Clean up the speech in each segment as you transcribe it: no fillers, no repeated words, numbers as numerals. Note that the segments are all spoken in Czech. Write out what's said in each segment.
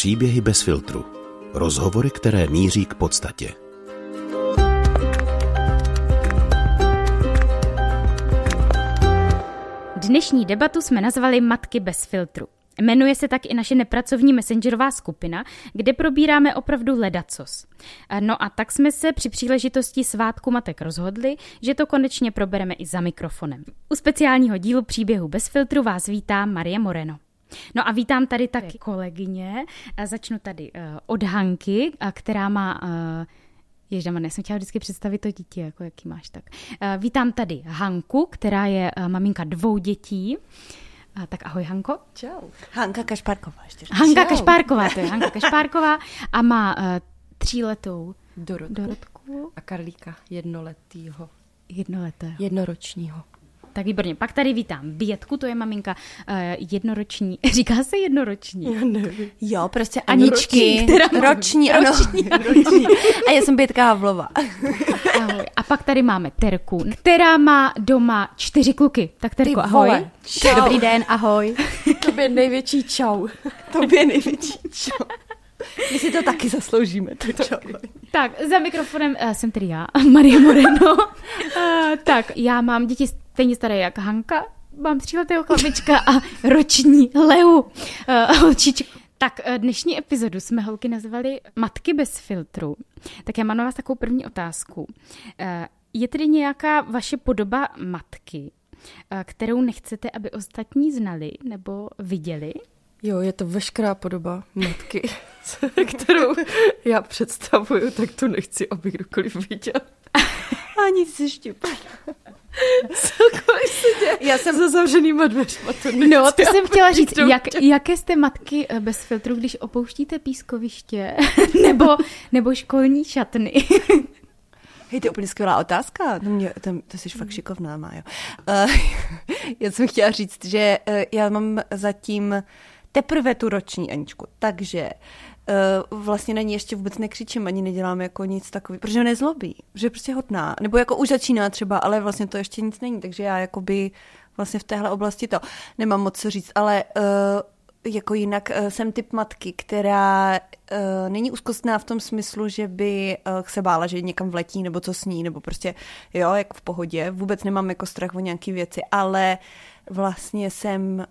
Příběhy bez filtru. Rozhovory, které míří k podstatě. Dnešní debatu jsme nazvali Matky bez filtru. Jmenuje se tak i naše nepracovní messengerová skupina, kde probíráme opravdu ledacos. No a tak jsme se při příležitosti svátku matek rozhodli, že to konečně probereme i za mikrofonem. U speciálního dílu Příběhu bez filtru vás vítá Marie Moreno. No a vítám tady taky kolegyně. Začnu tady od Hanky, která má... Ježdamane, já jsem chtěla vždycky představit to dítě, jako jaký máš tak. Vítám tady Hanku, která je maminka 2 dětí. Tak ahoj, Hanko. Čau. Hanka Kašpárková ještě. Hanka Kašpárková, to je Hanka Kašpárková a má 3letou Dorotku. A Karlíka 1letýho. Jednoročního. Tak výborně. Pak tady vítám Bětku, to je maminka jednoroční. Říká se jednoroční? Já nevím. Jo, prostě Aničky. Roční. A já jsem Bětka Havlova. Ahoj. A pak tady máme Terku, která má doma 4 kluky. Tak Terko, ahoj. Dobrý den, ahoj. Tobě největší čau. My si to taky zasloužíme. Tak, za mikrofonem jsem tedy já, Marie Moreno. Tak, já mám děti stejně staré jak Hanka, mám 3letého chlapička a roční Leu, holčičku. Tak, dnešní epizodu jsme holky nazvali Matky bez filtru. Tak já mám na vás takovou první otázku. Je tedy nějaká vaše podoba matky, kterou nechcete, aby ostatní znali nebo viděli? Jo, je to veškerá podoba matky, kterou já představuju, tak to nechci, aby kdokoliv viděl. Ani si štěpí. Cokoliv se děje. Já jsem za zavřenýma dveřma, to nechci. No, to jsem chtěla říct, jaké jste matky bez filtru, když opouštíte pískoviště nebo školní šatny? Hej, to je úplně skvělá otázka. To jsi fakt šikovná, Májo. Já jsem chtěla říct, že já mám zatím teprve tu roční Aničku, takže vlastně na ní ještě vůbec nekřičím, ani nedělám jako nic takový, protože mě nezlobí, že je prostě hodná, nebo jako už začíná třeba, ale vlastně to ještě nic není, takže já jakoby vlastně v téhle oblasti to nemám moc co říct, ale jako jinak jsem typ matky, která není úzkostná v tom smyslu, že by se bála, že někam vletí, nebo co sní, nebo prostě jo, jako v pohodě, vůbec nemám jako strach o nějaký věci, ale vlastně jsem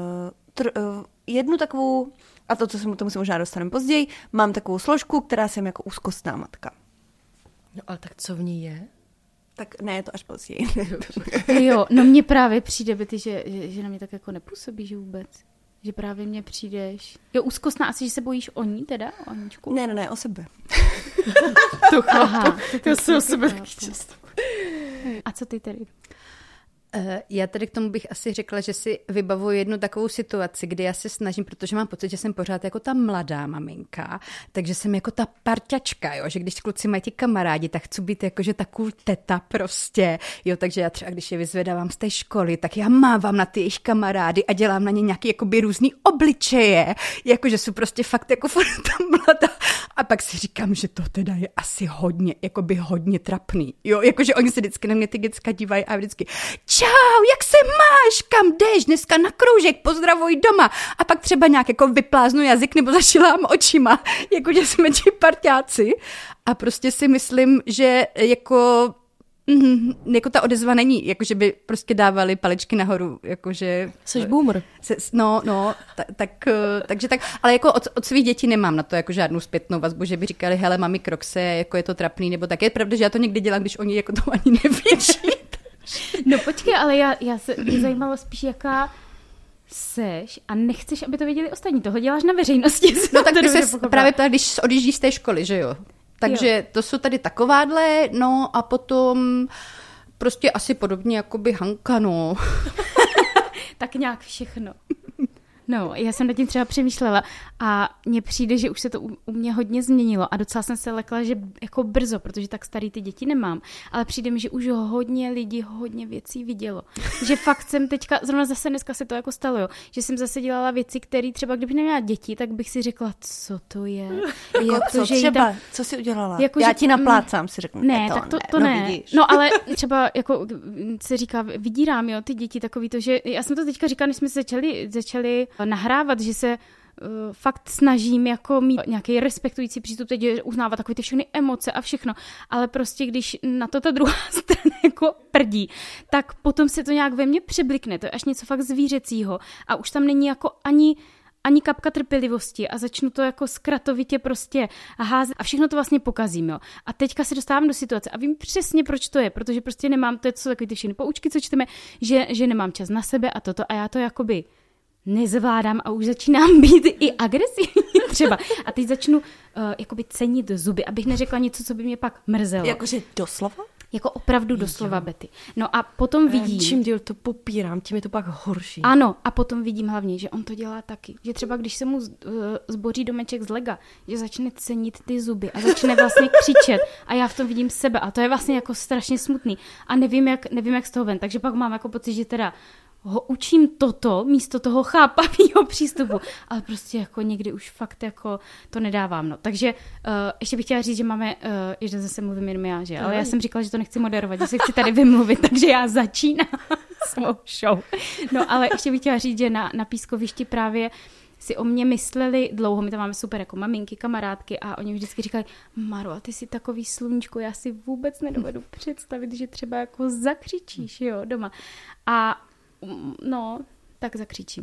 jednu takovou, a to, co se tomu se možná dostaneme později, mám takovou složku, která jsem jako úzkostná matka. No ale tak co v ní je? Tak ne, to až později. Jo, no mně právě přijde, Betty, že na mě tak jako nepůsobí, že vůbec. Že právě mně přijdeš. Jo, úzkostná, asi, že se bojíš o ní teda, o Aničku? Ne, o sebe. To chápu. Já se o sebe taky často. A co ty tedy? Já tady k tomu bych asi řekla, že si vybavuji jednu takovou situaci, kdy já se snažím, protože mám pocit, že jsem pořád jako ta mladá maminka, takže jsem jako ta parťačka, jo, že když kluci mají ti kamarádi, tak chci být jakože takovou teta prostě, jo, takže já třeba, když je vyzvedávám z té školy, tak já mávám na ty jejich kamarády a dělám na ně nějaký jakoby různý obličeje, jakože jsou prostě fakt jako ta mladá. A pak si říkám, že to teda je asi hodně trapný, jo, jakože oni se vždycky na mě ty děcka dívají a vždycky čau, jak se máš, kam jdeš, dneska na kroužek, pozdravuj doma. A pak třeba nějak jako vypláznu jazyk nebo zašilám očima, jakože jsme ti parťáci. A prostě si myslím, že jako ta odezva není, jakože by prostě dávali paličky nahoru, jakože... Seš boomer. Takže tak, ale jako od svých dětí nemám na to jako žádnou zpětnou vazbu, že by říkali, hele, mami, krokse, jako je to trapný, nebo tak. Je pravda, že já to někdy dělám, když oni jako to ani nevidí. No počkej, ale mě zajímalo spíš, jaká seš a nechceš, aby to věděli ostatní. Toho děláš na veřejnosti. No tak ty se právě ptá, když odjíždíš z té školy, že jo? Takže to jsou tady takováhle, no a potom prostě asi podobně jako by Hanka, no. Tak nějak všechno. No, já jsem nad tím třeba přemýšlela a mně přijde, že už se to u mě hodně změnilo a docela jsem se lekla, že jako brzo, protože tak starý ty děti nemám, ale přijde mi, že už hodně lidí hodně věcí vidělo. Že fakt jsem teďka, zrovna zase dneska se to jako stalo, jo, že jsem zase dělala věci, které třeba kdybych neměla děti, tak bych si řekla, co to je. Co jsi udělala? Jako, já ti naplácám, si řeknu. Ne, tak to ne. Vidíš. No ale třeba jako se říká, vydírám, jo, ty děti takový to, že já jsem to teďka říkala, než jsme se začali nahrávat, že se fakt snažím jako mít nějaký respektující přístup, teď uznávat takové ty všechny emoce a všechno, ale prostě když na to ta druhá strana jako prdí, tak potom se to nějak ve mně přiblikne, to je až něco fakt zvířecího a už tam není jako ani kapka trpělivosti a začnu to jako zkratovitě prostě házet a všechno to vlastně pokazím, jo. A teďka se dostávám do situace a vím přesně, proč to je, protože prostě nemám, to je co takový ty všechny poučky, co čteme, že nemám čas na sebe a toto a já to jakoby nezvládám a už začínám být i agresivní třeba. A teď začnu jakoby cenit zuby, abych neřekla něco, co by mě pak mrzelo. Jakože doslova? Jako opravdu doslova, Betty. No a potom vidím... Čím díl to popírám, tím je to pak horší. Ano, a potom vidím hlavně, že on to dělá taky. Že třeba když se mu zboří domeček z lega, že začne cenit ty zuby a začne vlastně křičet a já v tom vidím sebe a to je vlastně jako strašně smutný. A nevím, jak z toho ven. Takže pak mám jako pocit, že teda ho učím toto místo toho chápavého přístupu, ale prostě jako někdy už fakt jako to nedávám, no. Takže ještě bych chtěla říct, že máme, že zase mluvím jenom já, že? Ale já jsem říkala, že to nechci moderovat, že se chci tady vymluvit, takže já začínám svou show. No ale ještě bych chtěla říct, že na pískovišti právě si o mě mysleli dlouho, my tam máme super jako maminky, kamarádky a oni vždycky říkali, Maro, a ty jsi takový sluníčko, já si vůbec nedovedu představit, že třeba jako zakřičíš, jo, doma. A no, tak zakřičím.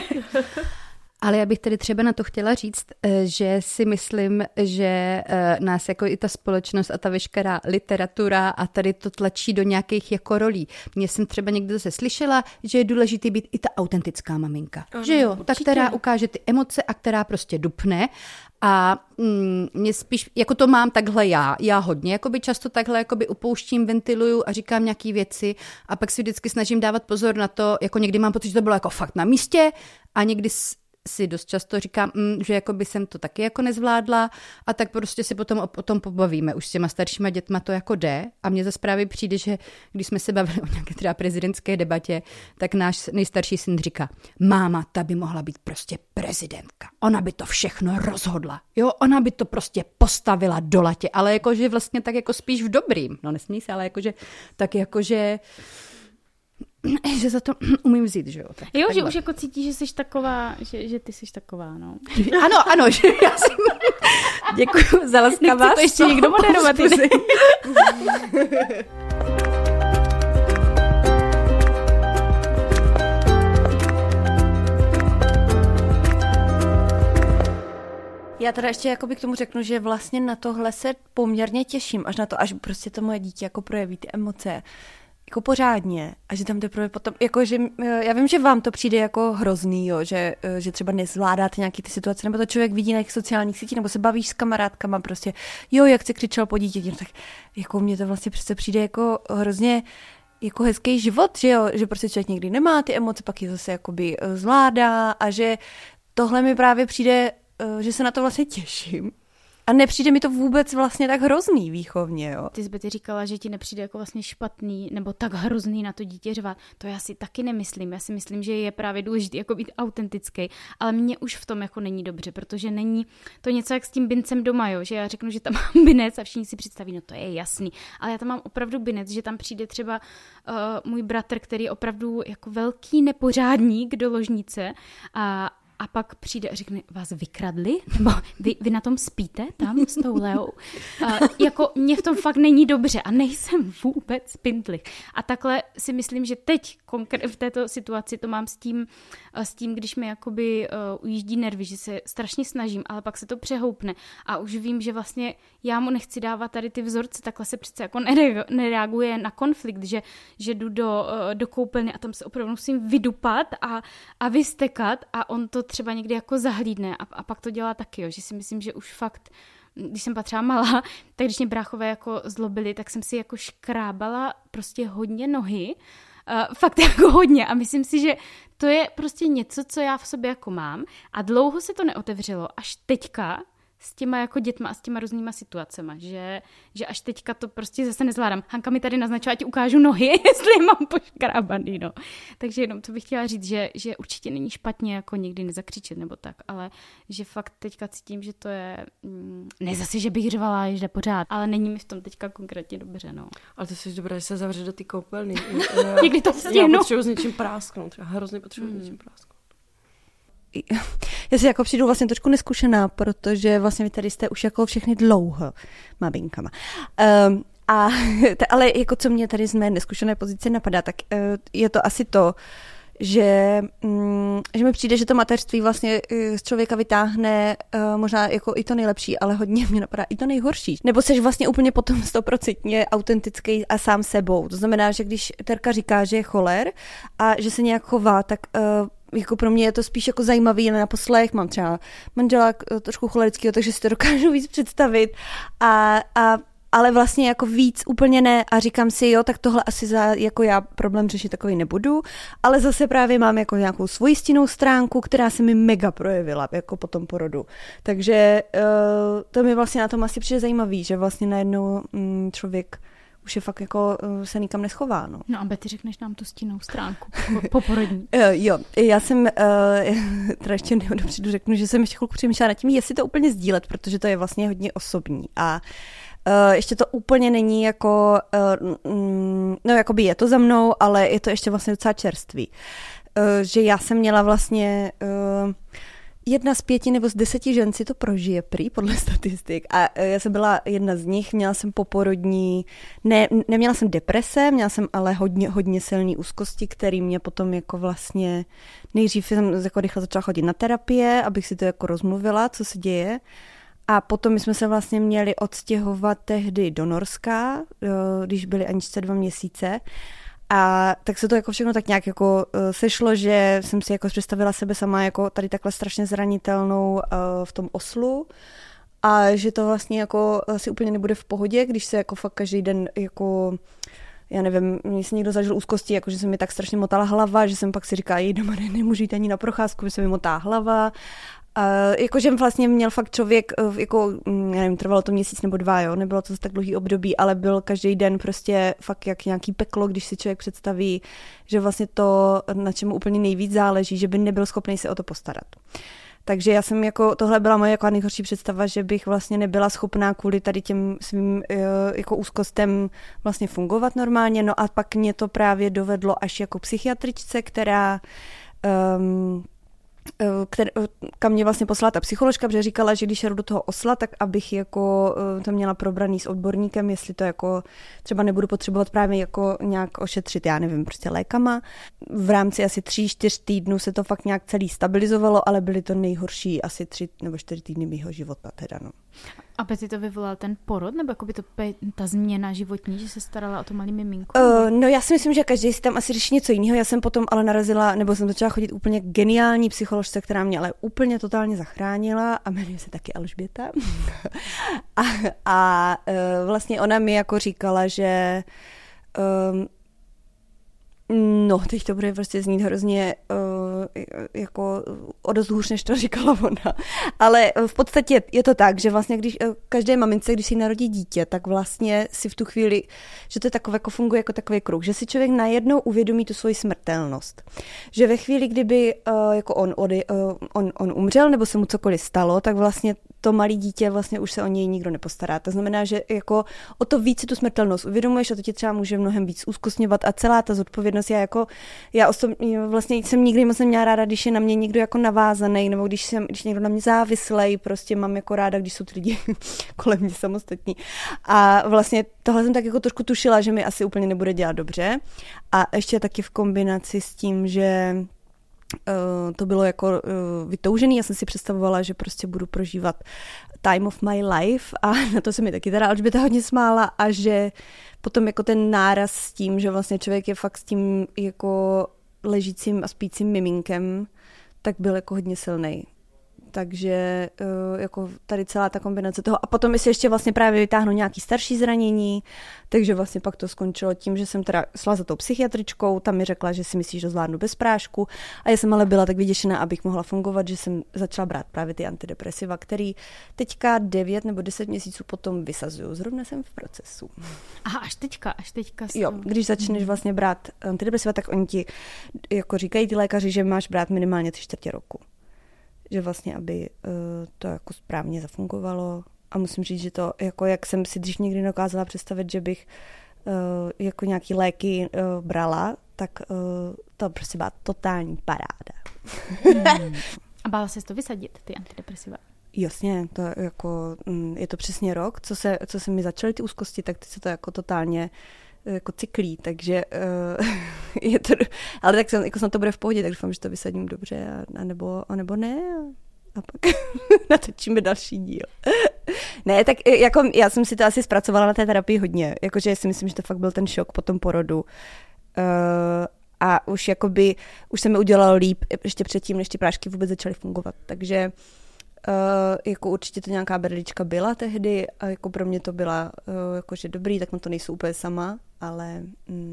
Ale já bych tady třeba na to chtěla říct, že si myslím, že nás jako i ta společnost a ta veškerá literatura a tady to tlačí do nějakých jako rolí. Mně jsem třeba někde zase slyšela, že je důležitý být i ta autentická maminka. Že jo, ta, která ukáže ty emoce a která prostě dupne. A mě spíš, jako to mám takhle já hodně, jakoby často takhle jakoby upouštím, ventiluju a říkám nějaký věci a pak si vždycky snažím dávat pozor na to, jako někdy mám pocit, že to bylo jako fakt na místě a někdy si dost často říkám, že jakoby jsem to taky jako nezvládla a tak prostě si potom o tom pobavíme. Už s těma staršíma dětma to jako jde a mně zase právě přijde, že když jsme se bavili o nějaké třeba prezidentské debatě, tak náš nejstarší syn říká, máma, ta by mohla být prostě prezidentka. Ona by to všechno rozhodla. Jo, ona by to prostě postavila do latě, ale jakože vlastně tak jako spíš v dobrým. No nesmí se, ale jakože tak jakože že za to umím vzít, že jo. Tak, jo, takhle. Že už jako cítíš, že jsi taková, že ty jsi taková, no. Ano, že já jsem... Děkuju za laskavost. Nechci to ještě někdo moderovat. Já teda ještě jakoby k tomu řeknu, že vlastně na tohle se poměrně těším, až na to, až prostě to moje dítě jako projeví ty emoce jako pořádně a že tam teprve potom, jako že já vím, že vám to přijde jako hrozný, jo, že třeba nezvládáte nějaký ty situace, nebo to člověk vidí na těch sociálních sítích, nebo se bavíš s kamarádkama prostě, jo, jak se křičel po dítěti, no tak jako mně to vlastně přece přijde jako hrozně jako hezký život, že jo, že prostě člověk někdy nemá ty emoce, pak je zase jakoby zvládá a že tohle mi právě přijde, že se na to vlastně těším. A nepřijde mi to vůbec vlastně tak hrozný výchovně, jo. Ty jsi by říkala, že ti nepřijde jako vlastně špatný nebo tak hrozný na to dítě řvat. To já si taky nemyslím. Já si myslím, že je právě důležité jako být autentický, ale mně už v tom jako není dobře, protože není to něco jak s tím bincem doma, jo, že já řeknu, že tam mám binec a všichni si představí, no to je jasný, ale já tam mám opravdu binec, že tam přijde třeba můj bratr, který je opravdu jako velký nepořádník do ložnice a pak přijde a řekne, vás vykradli? Nebo vy na tom spíte tam s tou Leou? Jako mě v tom fakt není dobře a nejsem vůbec pindlich. A takhle si myslím, že teď v této situaci to mám s tím, když mi jakoby ujíždí nervy, že se strašně snažím, ale pak se to přehoupne a už vím, že vlastně já mu nechci dávat tady ty vzorce, takhle se přece jako nereaguje na konflikt, že jdu do koupelny a tam se opravdu musím vydupat a vystekat a on to třeba někdy jako zahlídne a pak to dělá taky, jo, že si myslím, že už fakt, když jsem patřila malá, tak když mě bráchové jako zlobili, tak jsem si jako škrábala prostě hodně nohy, fakt jako hodně a myslím si, že to je prostě něco, co já v sobě jako mám a dlouho se to neotevřelo, až teďka s těma jako dětma a s těma různýma situacema, že až teďka to prostě zase nezvládám. Hanka mi tady naznačila, ať ukážu nohy, jestli je mám poškrábaný, no. Takže jenom to bych chtěla říct, že určitě není špatně jako někdy nezakřičet nebo tak, ale že fakt teďka cítím, že to je, ne zase, že bych řvala, že pořád, ale není mi v tom teďka konkrétně dobře, no. Ale to jsi dobré, že se zavře do té koupelny. Někdy to stihnu. Já potřebuji s něčím prásknout, já hrozně potřebuji s něčím prásknout. Já si jako přijdu vlastně trošku neskušená, protože vlastně vy tady jste už jako všechny dlouho maminkama. Ale jako co mě tady z mé neskušené pozice napadá, tak je to asi to, že mi přijde, že to mateřství vlastně z člověka vytáhne možná jako i to nejlepší, ale hodně mě napadá i to nejhorší. Nebo seš vlastně úplně potom 100% autentický a sám sebou. To znamená, že když Terka říká, že je choler a že se nějak chová, tak jako pro mě je to spíš jako zajímavý na poslech. Mám třeba manžela trošku cholerického, takže si to dokážu víc představit ale vlastně jako víc úplně ne a říkám si, jo, tak tohle asi jako já problém řešit takový nebudu, ale zase právě mám jako nějakou svoji stinnou stránku, která se mi mega projevila jako po tom porodu. Takže to mi vlastně na tom asi přijde zajímavý, že vlastně najednou člověk už je fakt jako se nikam neschová. No a Betty, řekneš nám tu stinnou stránku poporodní. Jo, já jsem, teda ještě dopředu řeknu, že jsem ještě chvilku přemýšlela nad tím, jestli to úplně sdílet, protože to je vlastně hodně osobní a ještě to úplně není jako, no jakoby je to za mnou, ale je to ještě vlastně docela čerstvý. Že já jsem měla vlastně 1 z 5 nebo z 10 žen si to prožije prý, podle statistik. A já jsem byla jedna z nich, měla jsem poporodní, neměla jsem deprese, měla jsem ale hodně silný úzkosti, který mě potom jako vlastně, nejdřív jsem jako rychle začala chodit na terapie, abych si to jako rozmluvila, co se děje. A potom my jsme se vlastně měli odstěhovat tehdy do Norska, když byly Aničce 2 měsíce. A tak se to jako všechno tak nějak jako sešlo, že jsem si jako představila sebe sama jako tady takhle strašně zranitelnou v tom Oslu. A že to vlastně jako asi úplně nebude v pohodě, když se jako fakt každý den jako, já nevím, mě se někdo zažil úzkosti, jako že se mi tak strašně motala hlava, že jsem pak si říkala, doma nemůžu jít ani na procházku, že se mi motá hlava. Jakože vlastně měl fakt člověk, jako, já nevím, trvalo to 1 nebo 2 měsíce, jo, nebylo to tak dlouhý období, ale byl každý den prostě fakt jak nějaký peklo, když si člověk představí, že vlastně to, na čemu úplně nejvíc záleží, že by nebyl schopný se o to postarat. Takže já jsem jako, tohle byla moje jako nejhorší představa, že bych vlastně nebyla schopná kvůli tady těm svým jako úzkostem vlastně fungovat normálně, no a pak mě to právě dovedlo až jako psychiatričce, která kam mě vlastně poslala ta psycholožka, protože říkala, že když jdu do toho Osla, tak abych jako to měla probraný s odborníkem, jestli to jako třeba nebudu potřebovat právě jako nějak ošetřit, já nevím, prostě lékama. V rámci asi 3-4 týdnů se to fakt nějak celý stabilizovalo, ale byly to nejhorší asi 3 nebo 4 týdny mýho života teda, no. A Betty to vyvolal ten porod, nebo jakoby ta změna životní, že se starala o to malý miminko? No já si myslím, že každý si tam asi řeší něco jiného. Já jsem potom ale narazila, nebo jsem začala chodit úplně geniální psycholožce, která mě ale úplně totálně zachránila a jmenuje se taky Alžběta. a vlastně ona mi jako říkala, že no, teď to bude prostě znít hrozně jako o dost hůř, než to říkala ona. Ale v podstatě je to tak, že vlastně když každé mamince, když si narodí dítě, tak vlastně si v tu chvíli, že to je takové, jako funguje jako takový kruh, že si člověk najednou uvědomí tu svoji smrtelnost. Že ve chvíli, kdyby jako on umřel nebo se mu cokoliv stalo, tak vlastně to malé dítě vlastně už se o něj nikdo nepostará. To znamená, že jako o to víc si tu smrtelnost uvědomuješ a to tě třeba může mnohem víc úzkostňovat a celá ta zodpovědnost, já osobně vlastně jsem nikdy moc neměla ráda, když je na mě někdo jako navázaný, nebo když někdo na mě závislej, prostě mám jako ráda, když jsou ty lidi kolem mě samostatní. A vlastně tohle jsem tak jako trošku tušila, že mi asi úplně nebude dělat dobře. A ještě taky v kombinaci s tím, že to bylo jako vytoužený. Já jsem si představovala, že prostě budu prožívat time of my life a na to se mi taky teda Alžběta hodně smála a že potom jako ten náraz s tím, že vlastně člověk je fakt s tím jako ležícím a spícím miminkem, tak byl jako hodně silnej. Takže jako tady celá ta kombinace toho. A potom si ještě vlastně právě vytáhnu nějaký starší zranění, takže vlastně pak to skončilo tím, že jsem teda šla za tou psychiatričkou, tam mi řekla, že si myslí, že to zvládnu bez prášku a já jsem ale byla tak vyděšená, abych mohla fungovat, že jsem začala brát právě ty antidepresiva, který teďka 9 nebo 10 měsíců potom vysazuju. Zrovna jsem v procesu. Aha, až teďka. Jo, když začneš vlastně brát antidepresiva, tak oni ti jako říkají ty lékaři, že máš brát minimálně 3/4 roku. Že vlastně, aby to jako správně zafungovalo. A musím říct, že to, jako jak jsem si dřív někdy dokázala představit, že bych jako nějaký léky brala, tak to prostě byla totální paráda. A bála jsi to vysadit, ty antidepresiva? Jasně, to jako, je to přesně rok, co se mi začaly ty úzkosti, tak teď se to jako totálně jako cyklí, takže je to, ale tak jako snad to bude v pohodě, tak doufám, že to vysadím dobře, a nebo ne, a pak natočíme další díl. Ne, tak jako já jsem si to asi zpracovala na té terapii hodně, jakože si myslím, že to fakt byl ten šok po tom porodu. A už se mi udělalo líp ještě předtím, než ty prášky vůbec začaly fungovat, takže jako určitě to nějaká berlička byla tehdy a jako pro mě to byla jakože dobrý, tak na to nejsou úplně sama, ale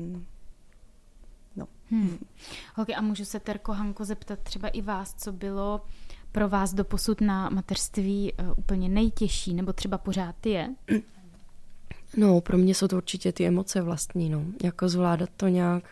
no. Okay, a můžu se, Terko, Hanko, zeptat třeba i vás, co bylo pro vás doposud na mateřství úplně nejtěžší, nebo třeba pořád je? No, pro mě jsou to určitě ty emoce vlastní, no. Jako zvládat to nějak...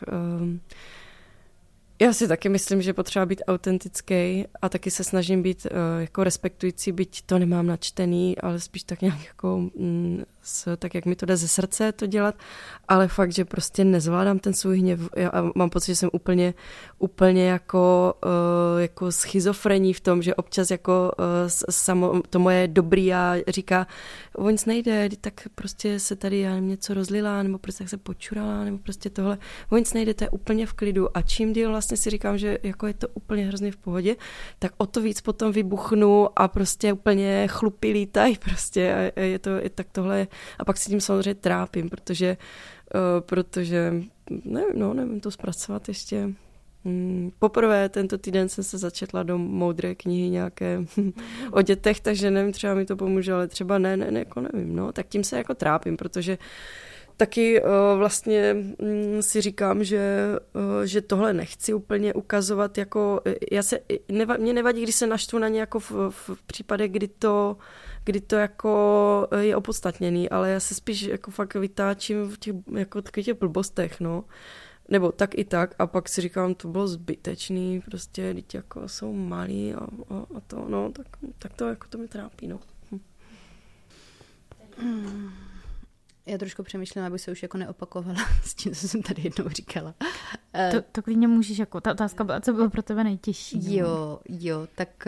Já si taky myslím, že potřeba být autentický a taky se snažím být jako respektující, byť to nemám načtený, ale spíš tak nějak jako tak, jak mi to jde ze srdce to dělat, ale fakt, že prostě nezvládám ten svůj hněv. Já mám pocit, že jsem úplně jako schizofrení v tom, že občas jako samo to moje dobrý já říká, o nic nejde, tak prostě se tady já něco rozlila, nebo prostě tak se počurala, nebo prostě tohle, o nic nejde, to je úplně v klidu a čím díl vlastně si říkám, že jako je to úplně hrozně v pohodě, tak o to víc potom vybuchnu a prostě úplně chlupy lítají prostě a je tak tohle. A pak si tím samozřejmě trápím, protože nevím to zpracovat ještě. Poprvé tento týden jsem se začetla do moudré knihy nějaké o dětech, takže nevím, třeba mi to pomůže, ale třeba ne, jako nevím, no, tak tím se jako trápím, protože taky vlastně si říkám, že tohle nechci úplně ukazovat, jako mě nevadí, když se naštvu na ně jako v případech, kdy to jako je opodstatněný, ale já se spíš jako fakt vytáčím v těch jako takových těch blbostech, no. Nebo tak i tak a pak si říkám, to bylo zbytečný, prostě děti jako jsou malí a to, no, tak to jako to mě trápí, no. Já trošku přemýšlím, aby se už jako neopakovala s tím, co jsem tady jednou říkala. To klidně můžeš, jako ta otázka byla, co bylo pro tebe nejtěžší. Jo, tak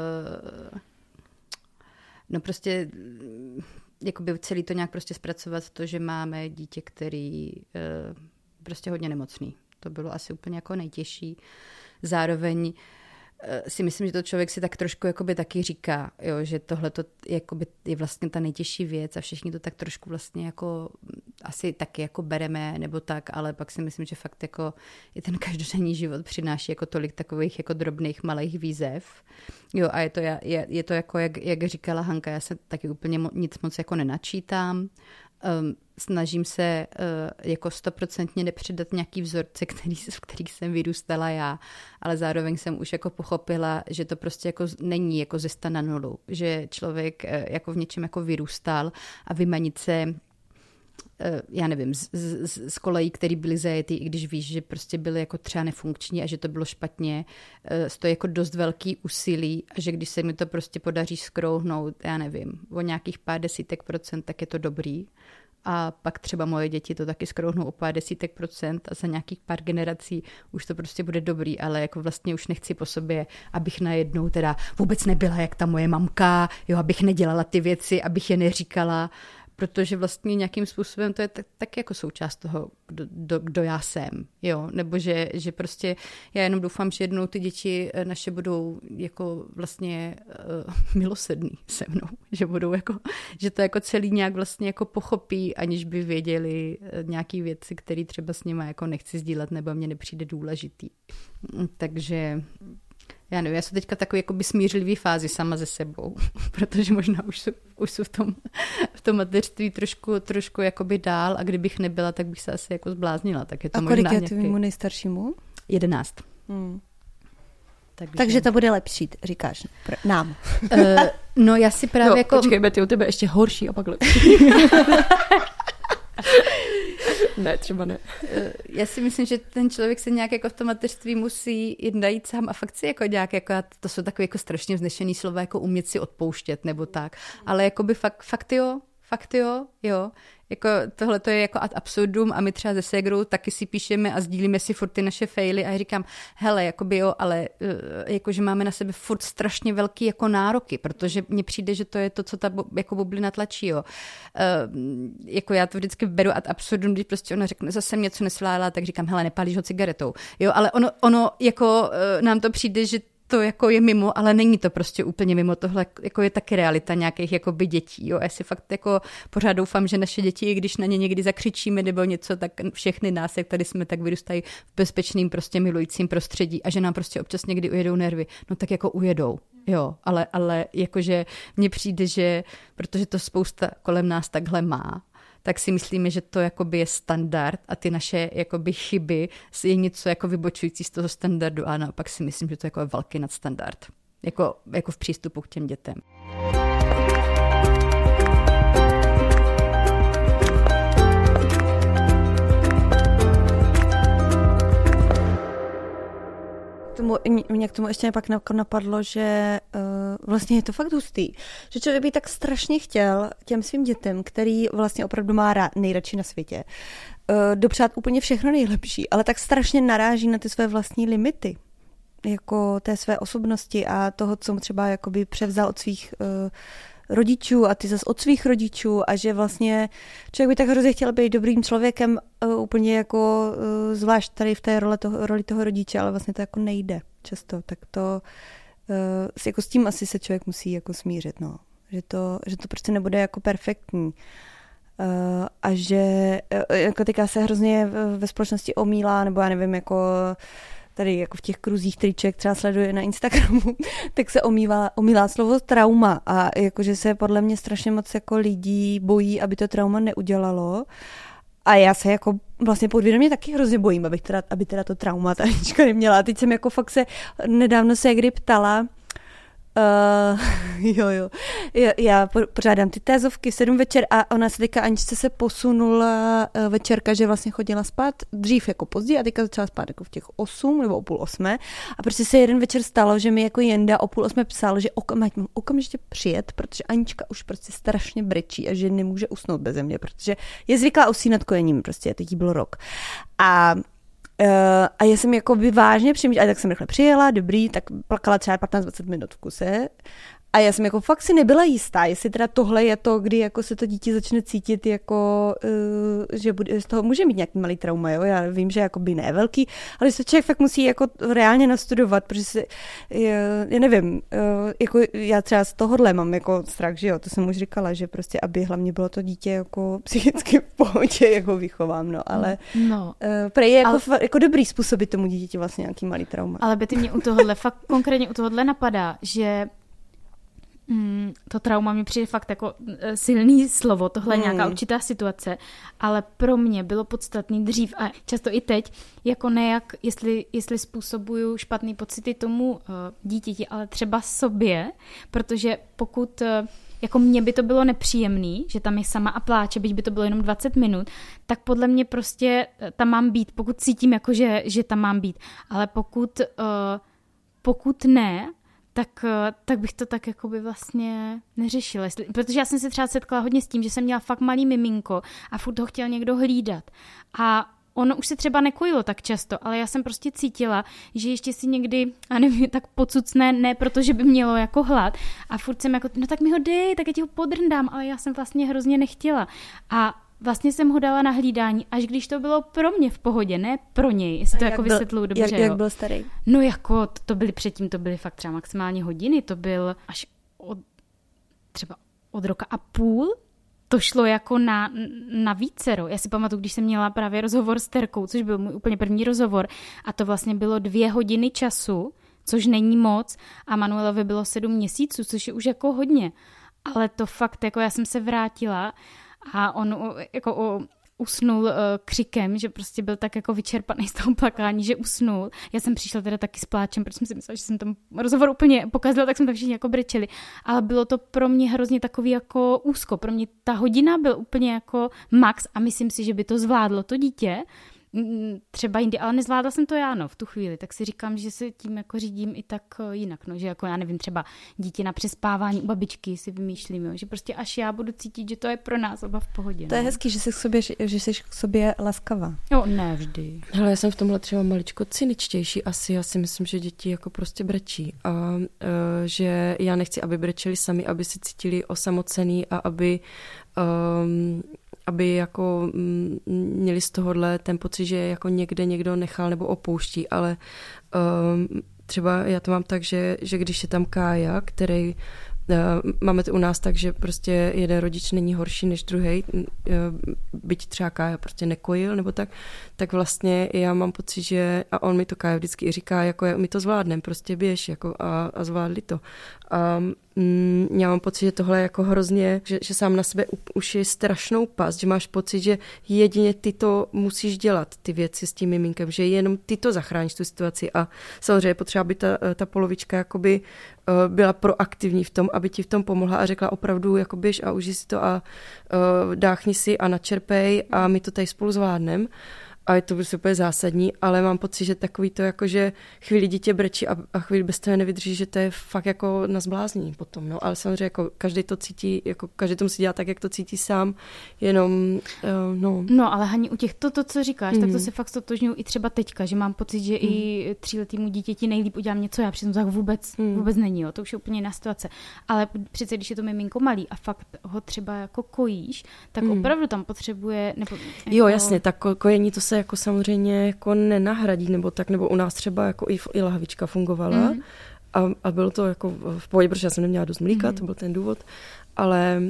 no prostě jakoby celý to nějak prostě zpracovat to, že máme dítě, který prostě hodně nemocný. To bylo asi úplně jako nejtěžší. Zároveň si myslím, že to člověk si tak trošku jakoby taky říká, jo, že tohle je vlastně ta nejtěžší věc a všichni to tak trošku vlastně jako asi taky jako bereme nebo tak, ale pak si myslím, že fakt jako i ten každodenní život přináší jako tolik takových jako drobných malých výzev. Jo, a je to jako, jak říkala Hanka, já se taky úplně nic moc jako nenačítám. Snažím se jako 100% nepředat nějaký vzorce, v kterých jsem vyrůstala já, ale zároveň jsem už jako pochopila, že to prostě jako není jako ze 100 na 0, že člověk jako v něčem jako vyrůstal a vymanit se já nevím, z kolejí, které byly zajetý, i když víš, že prostě byly jako třeba nefunkční a že to bylo špatně, stojí jako dost velký úsilí a že když se mi to prostě podaří skrouhnout, já nevím, o nějakých pár desítek procent, tak je to dobrý. A pak třeba moje děti to taky skrouhnou o pár desítek procent a za nějakých pár generací už to prostě bude dobrý, ale jako vlastně už nechci po sobě, abych najednou teda vůbec nebyla jak ta moje mamka, jo, abych nedělala ty věci, abych je neříkala, protože vlastně nějakým způsobem to je tak jako součást toho, kdo já jsem, jo, nebo že prostě já jenom doufám, že jednou ty děti naše budou jako vlastně milosrdný se mnou, že budou jako, že to jako celý nějak vlastně jako pochopí, aniž by věděli nějaký věci, které třeba s nimi jako nechci sdílet, nebo mě nepřijde důležitý. Takže já nevím, já jsem teďka takový jakoby smířlivý fázi sama ze sebou, protože možná už jsou v tom mateřství trošku jakoby dál a kdybych nebyla, tak bych se asi jako zbláznila. Tak je to a kolik je tvému nejstaršímu? 11. Takže to bude lepší, říkáš, nám. No já si právě jako... Počkej, Betty, u tebe ještě horší a pak lepší. Ne, třeba ne. Já si myslím, že ten člověk se nějak jako v tom mateřství musí najít sám a fakt si jako nějak, jako, to jsou takové jako strašně vznešený slova, jako umět si odpouštět nebo tak, ale jako by fakt Fakt jo. Jako tohle to je jako ad absurdum a my třeba se ségrou taky si píšeme a sdílíme si furt ty naše faily a já říkám, hele, jakoby jo, ale jakože máme na sebe furt strašně velký jako nároky, protože mně přijde, že to je to, co ta jako bublina tlačí, jo. Jako já to vždycky beru ad absurdum, když prostě ona řekne, zase jsem něco nesvládla, tak říkám, hele, nepálíš ho cigaretou, jo, ale ono jako nám to přijde, že to jako je mimo, ale není to prostě úplně mimo. Tohle jako je taky realita nějakých jakoby dětí. Jo. Já si fakt jako pořád doufám, že naše děti, i když na ně někdy zakřičíme nebo něco, tak všechny nás, jak tady jsme, tak vyrůstají v bezpečným, prostě milujícím prostředí a že nám prostě občas někdy ujedou nervy. No tak jako ujedou. Jo, ale jakože mně přijde, že protože to spousta kolem nás takhle má, tak si myslíme, že to jakoby je standard a ty naše jakoby chyby je něco jako vybočující z toho standardu a naopak si myslím, že to jako je velký nadstandard. Jako v přístupu k těm dětem. Mě k tomu ještě pak napadlo, že vlastně je to fakt hustý, že člověk by tak strašně chtěl těm svým dětem, který vlastně opravdu má nejradši na světě, dopřát úplně všechno nejlepší, ale tak strašně naráží na ty své vlastní limity, jako té své osobnosti a toho, co třeba jakoby převzal od svých rodičů a ty zase od svých rodičů a že vlastně člověk by tak hrozně chtěl být dobrým člověkem úplně jako zvlášť tady v té roli toho rodiče, ale vlastně to jako nejde často, tak to jako s tím asi se člověk musí jako smířit, no. Že to prostě nebude jako perfektní. A že jako teďka se hrozně ve společnosti omílá, nebo já nevím, jako tady jako v těch kruzích, který člověk třeba sleduje na Instagramu, tak se omílá slovo trauma a jakože se podle mě strašně moc jako lidí bojí, aby to trauma neudělalo. A já se jako vlastně podvědomě taky hrozně bojím, aby teda to trauma ta Anička neměla. A teď jsem jako fakt nedávno se kdy ptala, já pořádám ty tézovky v 7 večer a ona se teďka Aničce se posunula večerka, že vlastně chodila spát dřív jako později a teďka začala spát jako v těch 8 nebo o 7:30 a prostě se jeden večer stalo, že mi jako Jenda o 7:30 psal, že okamžitě přijet, protože Anička už prostě strašně brečí a že nemůže usnout beze mě, protože je zvyklá usínat kojením, prostě teď jí bylo rok. A já jsem jako by vážně přemýšlela, tak jsem rychle přijela, dobrý, tak plakala třeba 15-20 minut v kuse. A já jsem jako fakt si nebyla jistá, jestli teda tohle je to, kdy jako se to dítě začne cítit jako, že z toho může mít nějaký malý trauma, jo? Já vím, že jakoby ne velký, ale se člověk fakt musí jako reálně nastudovat, protože já nevím, jako já třeba z tohohle mám jako strach, že jo, to jsem už říkala, že prostě, aby hlavně bylo to dítě jako psychicky v pohodě, jako vychovám, no, ale prej je jako dobrý způsobit tomu dítěti vlastně nějaký malý trauma. Ale Betty, mě u tohohle, fakt konkrétně u tohohle napadá, že to trauma mi přijde fakt jako silný slovo, tohle je nějaká určitá situace, ale pro mě bylo podstatný dřív a často i teď, jako nejak, jestli způsobuju špatný pocity tomu dítěti, ale třeba sobě, protože pokud jako mně by to bylo nepříjemný, že tam je sama a pláče, byť by to bylo jenom 20 minut, tak podle mě prostě tam mám být, pokud cítím, jako že tam mám být, ale pokud ne, tak bych to tak jakoby vlastně neřešila. Protože já jsem se třeba setkala hodně s tím, že jsem měla fakt malý miminko a furt ho chtěl někdo hlídat. A ono už se třeba nekojilo tak často, ale já jsem prostě cítila, že ještě si někdy, a nevím, tak pocucne, ne protože by mělo jako hlad. A furt jsem jako, no tak mi ho dej, tak já ti ho podrndám, ale já jsem vlastně hrozně nechtěla. A vlastně jsem ho dala na hlídání, až když to bylo pro mě v pohodě, ne pro něj, jestli to jako vysvětluju dobře. Jak byl starý? No jako, to byly předtím, to byly fakt třeba maximálně hodiny, to byl až třeba od roka a půl, to šlo jako na vícero. Já si pamatuju, když jsem měla právě rozhovor s Terkou, což byl můj úplně první rozhovor, a to vlastně bylo 2 hodiny času, což není moc, a Manuelovi bylo 7 měsíců, což je už jako hodně. Ale to fakt, jako já jsem se vrátila a on jako usnul křikem, že prostě byl tak jako vyčerpaný z toho plakání, že usnul. Já jsem přišla teda taky s pláčem, protože jsem si myslela, že jsem tam rozhovor úplně pokazila, tak jsme tam všichni jako brečeli. Ale bylo to pro mě hrozně takový jako úzko. Pro mě ta hodina byl úplně jako max a myslím si, že by to zvládlo to dítě. třeba jindy, ale nezvládla jsem to já, v tu chvíli, tak si říkám, že se tím jako řídím i tak jinak, že jako já nevím, třeba dítě na přespávání u babičky si vymýšlím, že prostě až já budu cítit, že to je pro nás oba v pohodě. To je hezký, že jsi k sobě laskavá. Jo, ne vždy. Hele, já jsem v tomhle třeba maličko cyničtější asi, já si myslím, že děti jako prostě brečí a že já nechci, aby brečeli sami, aby se cítili osamocený a aby jako měli z tohohle ten pocit, že jako někdo nechal nebo opouští, ale třeba já to mám tak, že když je tam Kája, který máme to u nás tak, že prostě jeden rodič není horší než druhej, byť třeba Kája prostě nekojil nebo tak vlastně já mám pocit, že a on mi to Kája vždycky i říká, jako my to zvládneme, prostě běž jako a zvládli to. A já mám pocit, že tohle je jako hrozně, že sám na sebe už je strašnou past, že máš pocit, že jedině ty to musíš dělat, ty věci s tím miminkem, že jenom ty to zachráníš tu situaci a samozřejmě potřeba by ta polovička jakoby byla proaktivní v tom, aby ti v tom pomohla a řekla opravdu jako běž a užij si to a dáchni si a načerpej a my to tady spolu zvládneme. A je to prostě úplně zásadní, ale mám pocit, že takový to jako, že chvíli dítě brečí a chvíli bez toho nevydrží, že to je fakt jako na zblázní potom, no. Ale samozřejmě jako každý to cítí, jako každý to musí dělat tak, jak to cítí sám, jenom, no. No, ale Hani, u těch to, co říkáš, tak to se fakt stotožňuji i třeba teďka, že mám pocit, že i 3letýmu dítěti nejlíp udělám něco, já přitom tak vůbec není, jo, to už je úplně jiná situace. Ale přece, když je to miminko malý a fakt ho třeba jako kojíš, tak opravdu tam potřebuje, nebo... Jako... Jo, jasně, tak kojení to se jako samozřejmě jako nenahradí, nebo u nás třeba jako i lahvička fungovala a bylo to jako v pohodě, protože já jsem neměla dost mlíka, to byl ten důvod, ale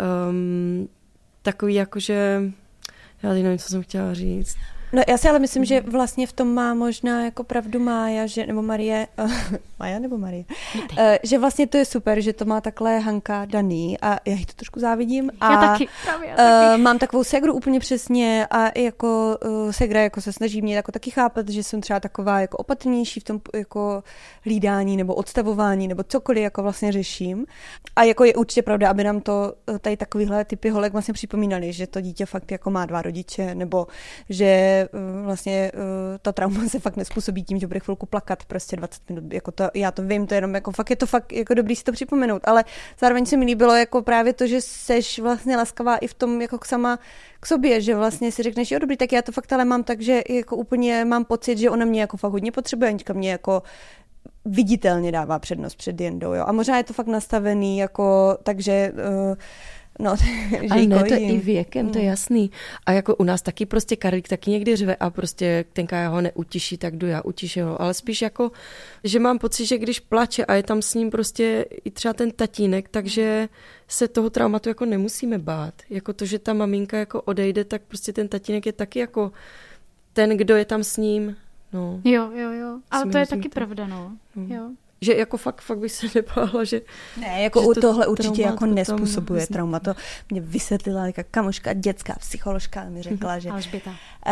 takový jakože, já nevím, co jsem chtěla říct. No já si ale myslím, že vlastně v tom má možná jako pravdu Mája, nebo Marie, Maja nebo Marie, že vlastně to je super, že to má takhle Hanka daný a já jí to trošku závidím. A já taky. Mám takovou segru úplně přesně a jako segra jako se snaží mě jako taky chápat, že jsem třeba taková jako opatrnější v tom jako hlídání nebo odstavování nebo cokoliv jako vlastně řeším. A jako je určitě pravda, aby nám to tady takovýhle typy holek vlastně připomínali, že to dítě fakt jako má 2 rodiče nebo že vlastně ta trauma se fakt nespůsobí tím, že bude chvilku plakat prostě 20 minut, jako to, já to vím, to je jenom jako fakt je to fakt jako dobrý si to připomenout, ale zároveň se mi líbilo jako právě to, že seš vlastně laskavá i v tom jako sama k sobě, že vlastně si řekneš, jo dobrý, tak já to fakt ale mám tak, že jako úplně mám pocit, že ona mě jako fakt hodně potřebuje, Anička mě jako viditelně dává přednost před Jendou, jo, a možná je to fakt nastavený jako, takže no, ale ne, to je i věkem, to je jasný. A jako u nás taky prostě Karlík taky někdy řve a prostě ten Kája ho neutiší, tak jdu já utiším ho. Ale spíš jako, že mám pocit, že když plače a je tam s ním prostě i třeba ten tatínek, takže se toho traumatu jako nemusíme bát. Jako to, že ta maminka jako odejde, tak prostě ten tatínek je taky jako ten, kdo je tam s ním. No. Jo. Ale to je taky pravda, no. Jo. Že jako fakt bych se nebála, že... Ne, jako že tohle určitě jako nespůsobuje trauma. To mě vysvětlila jako kamoška, dětská psycholožka, mi řekla, že... Alžběta.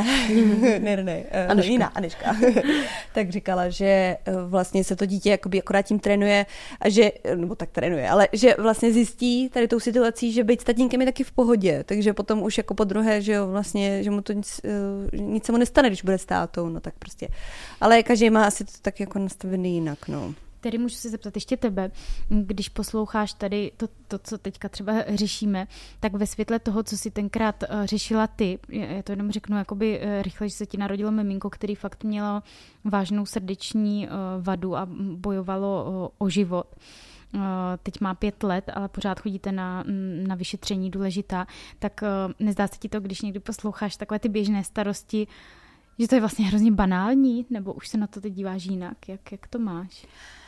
Ne, jiná Anežka. Tak říkala, že vlastně se to dítě jakoby akorát tím trénuje, a že, nebo tak trénuje, ale že vlastně zjistí tady tou situací, že být s tatínkem je taky v pohodě, takže potom už jako po druhé, že jo, vlastně, že mu to nic se mu nestane, když bude s tátou, no tak prostě. Ale každý má asi to tak jako nastavený jinak, no. Tedy můžu se zeptat ještě tebe, když posloucháš tady to, co teďka třeba řešíme, tak ve světle toho, co si tenkrát řešila ty, já to jenom řeknu jakoby rychle, že se ti narodilo miminko, který fakt mělo vážnou srdeční vadu a bojovalo o život. Teď má 5 let, ale pořád chodíte na vyšetření důležitá, tak nezdá se ti to, když někdy posloucháš takové ty běžné starosti, že to je vlastně hrozně banální, nebo už se na to teď díváš jinak? Jak to máš?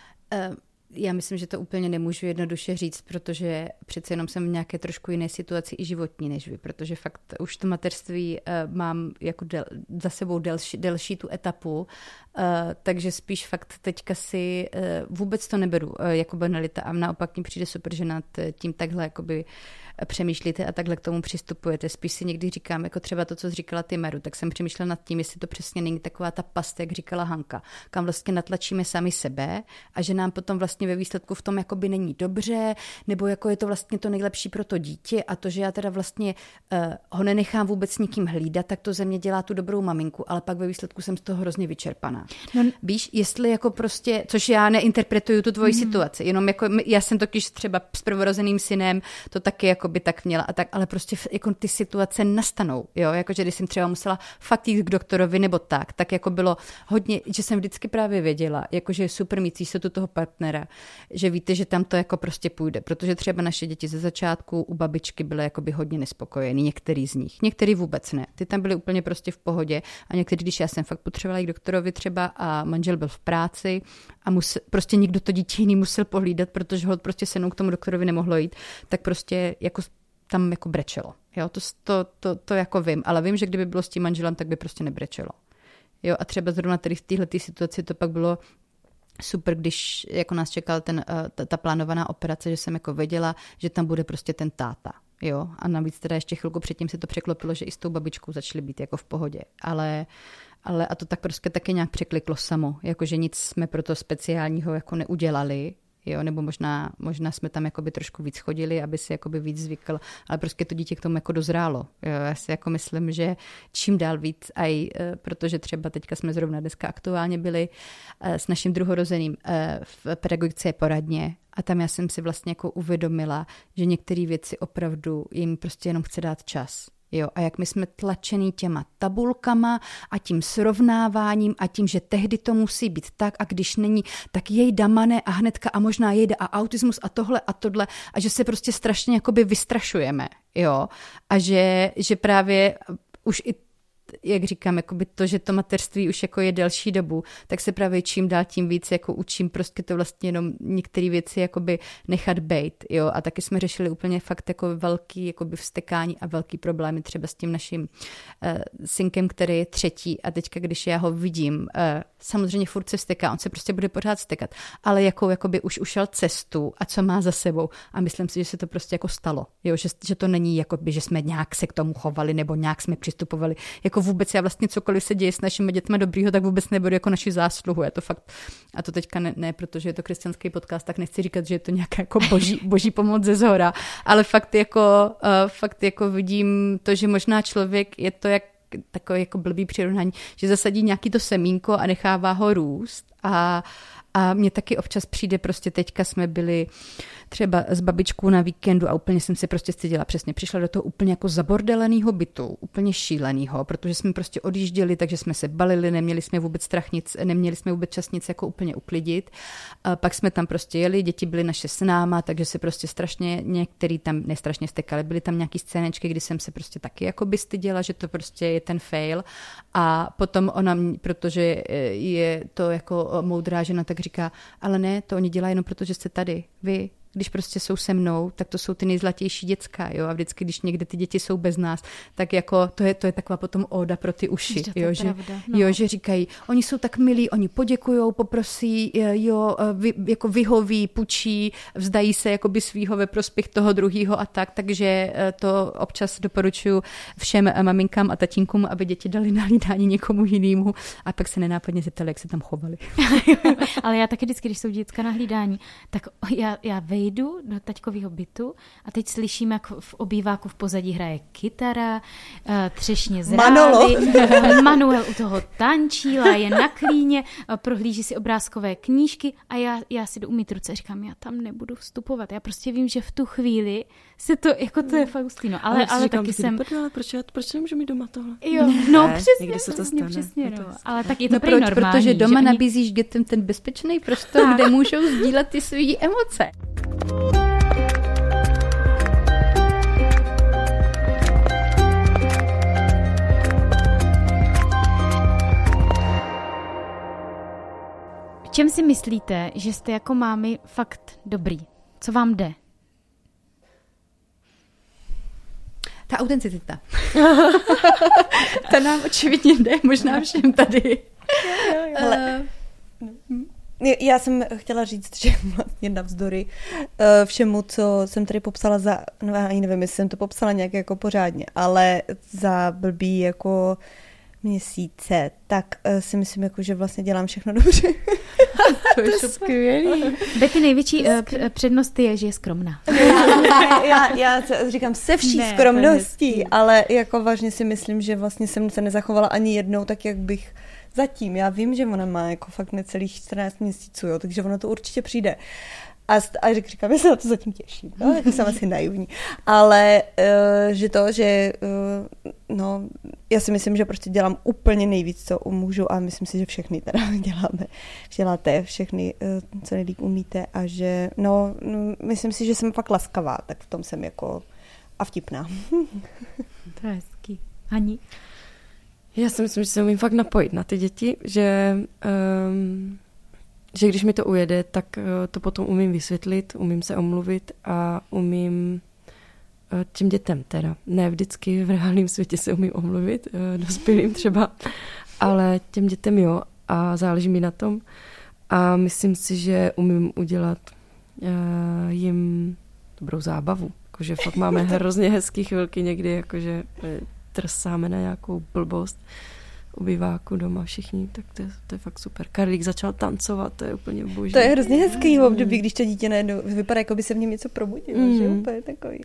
Já myslím, že to úplně nemůžu jednoduše říct, protože přece jenom jsem v nějaké trošku jiné situaci i životní než vy, protože fakt už to mateřství mám jako za sebou delší tu etapu Takže spíš fakt teďka si vůbec to neberu jako banalita a naopak mi přijde super, že nad tím takhle jakoby přemýšlíte a takhle k tomu přistupujete. Spíš si někdy říkám, jako třeba to, co jsi říkala ty, Maru, tak jsem přemýšlela nad tím, jestli to přesně není taková ta past, jak říkala Hanka, kam vlastně natlačíme sami sebe a že nám potom vlastně ve výsledku v tom jakoby není dobře, nebo jako je to vlastně to nejlepší pro to dítě a to, že já teda vlastně ho nenechám vůbec nikým hlídat, tak to ze mě dělá tu dobrou maminku, ale pak ve výsledku jsem z toho hrozně vyčerpaná. No, víš, jestli jako prostě, což já neinterpretuju tu tvoji situaci, jenom jako já jsem totiž třeba s prvorozeným synem to taky jako by tak měla a tak, ale prostě jako ty situace nastanou, jo, jakože když jsem třeba musela fakt jít k doktorovi nebo tak jako bylo hodně, že jsem vždycky právě věděla, jakože je super mít jistotu toho partnera, že víte, že tam to jako prostě půjde, protože třeba naše děti ze začátku u babičky byly jakoby hodně nespokojený, některý z nich, některý vůbec ne, ty tam byly úplně prostě v pohodě a některý, když já jsem fakt potřebovala jít k doktorovi třeba a manžel byl v práci a prostě nikdo to dítě jiný musel pohlídat, protože ho prostě se mnou k tomu doktorovi nemohlo jít, tak prostě jako tam jako brečelo. Jo, to jako vím, ale vím, že kdyby bylo s tím manželem, tak by prostě nebrečelo. Jo, a třeba zrovna tady v téhleté situaci to pak bylo super, když jako nás čekal ta plánovaná operace, že jsem jako věděla, že tam bude prostě ten táta. Jo, a navíc teda ještě chvilku předtím se to překlopilo, že i s tou babičkou začaly být jako v pohodě. Ale a to tak prostě taky nějak překliklo samo, jakože nic jsme pro to speciálního jako neudělali, jo, nebo možná jsme tam jakoby trošku víc chodili, aby si jakoby víc zvykl, ale prostě to dítě k tomu jako dozrálo. Jo, já si jako myslím, že čím dál víc, protože třeba teďka jsme zrovna dneska aktuálně byli s naším druhorozeným v pedagogice poradně a tam já jsem si vlastně jako uvědomila, že některé věci opravdu jim prostě jenom chce dát čas. Jo, a jak my jsme tlačený těma tabulkama a tím srovnáváním a tím, že tehdy to musí být tak a když není, tak jejda mané a hnedka a možná jejda a autismus a tohle a tohle a že se prostě strašně jakoby vystrašujeme, jo, a že právě už i jak říkám, jakoby to, že to mateřství už jako je delší dobu, tak se právě čím dál tím víc jako učím prostě to vlastně jenom některé věci jakoby nechat bejt, jo, a taky jsme řešili úplně fakt jako velký jakoby vztekání a velký problémy třeba s tím naším synkem, který je 3 a teďka, když já ho vidím, samozřejmě furt se vzteká, on se prostě bude pořád vztekat, ale jakoby už ušel cestu a co má za sebou a myslím si, že se to prostě jako stalo, jo, že to není jakoby, že jsme nějak se k tomu chovali nebo nějak jsme přistupovali, jako vůbec já vlastně cokoliv se děje s našimi dětmi dobrýho, tak vůbec neberu jako naši zásluhu. Je to fakt, a to teďka ne, protože je to křesťanský podcast, tak nechci říkat, že je to nějaká jako boží pomoc ze zhora, ale fakt jako vidím to, že možná člověk je to jak takový jako blbý přirovnání, že zasadí nějaký to semínko a nechává ho růst a mně taky občas přijde, prostě teďka jsme byli třeba s babičkou na víkendu a úplně jsem si prostě stydila, přesně přišla do toho úplně jako zabordelenýho bytu, úplně šílenýho, protože jsme prostě odjížděli, takže jsme se balili, neměli jsme vůbec strach nic, neměli jsme vůbec čas nic jako úplně uklidit. A pak jsme tam prostě jeli, děti byly naše s náma, takže se prostě strašně, některý tam nestrašně stekali, byly tam nějaký scénečky, kdy jsem se prostě taky jako by styděla, že to prostě je ten fail a potom ona, protože je to jako moudrá žena, tak říká, ale ne, to oni dělají jenom proto, že jste tady, vy. Když prostě jsou se mnou, tak to jsou ty nejzlatější děcka, jo, a vždycky, když někde ty děti jsou bez nás, tak jako to je taková potom óda pro ty uši, jo, že říkají, oni jsou tak milí, oni poděkujou, poprosí, jo, jako vyhoví, půjčí, vzdají se jakoby svýho ve prospěch toho druhýho a tak, takže to občas doporučuji všem maminkám a tatínkům, aby děti dali na hlídání někomu jinému a pak se nenápadně zeptali, jak se tam chovali. Ale já taky vždycky, když jsou děcka na hlídání, tak já vejdu do taťkového bytu a teď slyším, jak v obýváku v pozadí hraje kytara, třešně zrály, Manuel u toho tančí, je na klíně, prohlíží si obrázkové knížky a já si jdu umýt ruce a říkám, já tam nebudu vstupovat. Já prostě vím, že v tu chvíli se to, jako to je Faustino, ale taky jsem... Proč nemůžu mít doma tohle? Jo, no ne, přesně, se to stane. Přesně, no. Ale tak je to prý normální. Protože doma nabízíš dětem ten bezpečný prostor, kde můžou sdílet ty svý emoce. V čem si myslíte, že jste jako mámy fakt dobrý? Co vám jde? Ta autenticita. Ta nám očividně jde, možná všem tady. Hele, já jsem chtěla říct, že vlastně navzdory všemu, co jsem tady popsala no já ani nevím, jestli jsem to popsala nějak jako pořádně, ale za blbý jako měsíce, tak si myslím, jako, že vlastně dělám všechno dobře. To je skvělý. Betty, největší přednost je, že je skromná. Já říkám se vší skromností, ale jako vážně si myslím, že vlastně jsem se nezachovala ani jednou tak, jak bych zatím. Já vím, že ona má jako fakt necelých 14 měsíců, jo, takže ono to určitě přijde. A říkám, já se na to zatím těším, no, jako jsem asi naivní. Ale já si myslím, že prostě dělám úplně nejvíc, co můžu a myslím si, že všechny teda děláte všechny, co nejlíp umíte a že, myslím si, že jsem fakt laskavá, tak v tom jsem jako a vtipná. To je hezký. Hani? Já si myslím, že se umím fakt napojit na ty děti, že když mi to ujede, tak to potom umím vysvětlit, umím se omluvit a umím těm dětem teda. Ne vždycky v reálném světě se umím omluvit, dospělým třeba, ale těm dětem jo a záleží mi na tom. A myslím si, že umím udělat jim dobrou zábavu. Jakože fakt máme hrozně hezký chvilky někdy, jakože trsáme na nějakou blbost u biváku doma všichni, tak to je fakt super. Karlík začal tancovat, to je úplně boží. To je hrozně hezký období, když to dítě najednou vypadá, jako by se v něm něco probudilo, že úplně takový.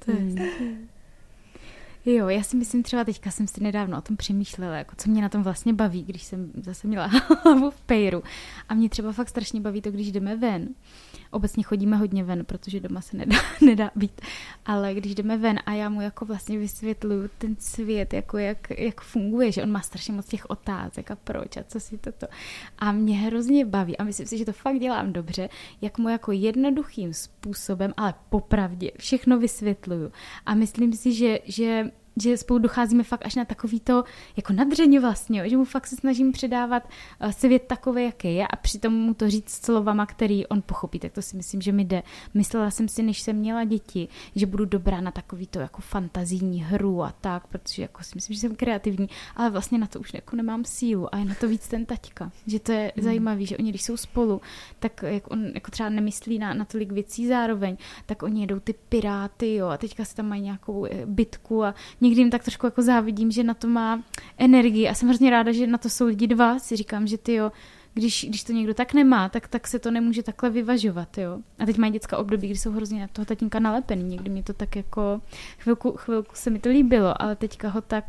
Jo, já si myslím třeba teďka jsem si nedávno o tom přemýšlela, jako co mě na tom vlastně baví, když jsem zase měla hlavu v pejru. A mě třeba fakt strašně baví to, když jdeme ven. Obecně chodíme hodně ven, protože doma se nedá být. Ale když jdeme ven a já mu jako vlastně vysvětluju ten svět, jako jak funguje, že on má strašně moc těch otázek a proč a co si toto. A mě hrozně baví a myslím si, že to fakt dělám dobře, jak mu jako jednoduchým způsobem, ale popravdě všechno vysvětluju. A myslím si, že spolu docházíme fakt až na takový to jako nadřeně vlastně, že mu fakt se snažím předávat svět takový, jaký je a přitom mu to říct slovama, který on pochopí, tak to si myslím, že mi jde. Myslela jsem si, než jsem měla děti, že budu dobrá na takový to jako fantazijní hru a tak, protože jako si myslím, že jsem kreativní, ale vlastně na to už jako nemám sílu a je na to víc ten taťka, že to je zajímavý, že oni, když jsou spolu, tak jak on jako třeba nemyslí na tolik věcí zároveň, tak oni jedou ty piráty, jo, a teďka si tam mají nějakou bitku a někdy jim tak trošku jako závidím, že na to má energii a jsem hrozně ráda, že na to jsou lidi dva. Si říkám, že když to někdo tak nemá, tak se to nemůže takhle vyvažovat, jo. A teď mají dětská období, kdy jsou hrozně na toho tatínka nalepený. Někdy mi to tak jako chvilku se mi to líbilo, ale teďka ho tak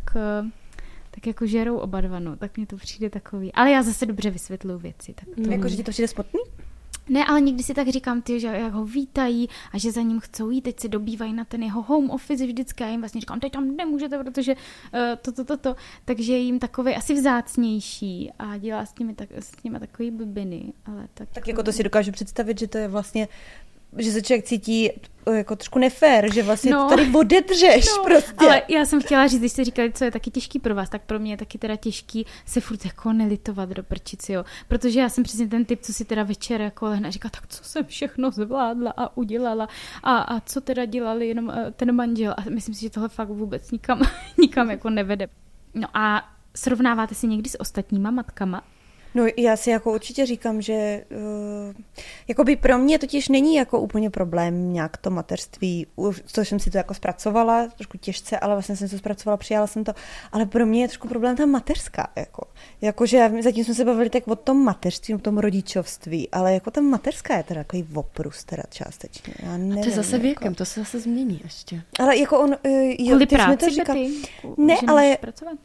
jako žerou oba dva, no, tak mně to přijde takový. Ale já zase dobře vysvětluju věci. Tak to... Jako, že ti to přijde smutný? Ne, ale někdy si tak říkám, že jak ho vítají a že za ním chcou jít, teď se dobývají na ten jeho home office vždycky a jim vlastně říkám, teď tam nemůžete, protože to. Takže je jim takový asi vzácnější a dělá s nimi takový blbiny. Ale tak jako to si dokážu představit, že to je vlastně, že se člověk cítí jako trošku nefér, že vlastně to tady odedřeš prostě. Ale já jsem chtěla říct, když jste říkali, co je taky těžký pro vás, tak pro mě je taky teda těžký se furt jako nelitovat do prčici, jo. Protože já jsem přesně ten typ, co si teda večer jako lehne a říká, tak co jsem všechno zvládla a udělala a co teda dělali jenom ten manžel a myslím si, že tohle fakt vůbec nikam jako nevede. No a srovnáváte si někdy s ostatníma matkama? No já si jako určitě říkám, že jakoby pro mě totiž není jako úplně problém nějak to mateřství, což jsem si to jako zpracovala, trošku těžce, ale vlastně jsem to zpracovala, přijala jsem to, ale pro mě je trošku problém ta mateřská, jakože zatím jsme se bavili tak o tom mateřství, o tom rodičovství, ale jako ta mateřská je teda takový oprus teda částečně. Já nevím, a to je zase jako... věkem, to se zase změní ještě. Ale jako on... Kvůli práci, ne, ale...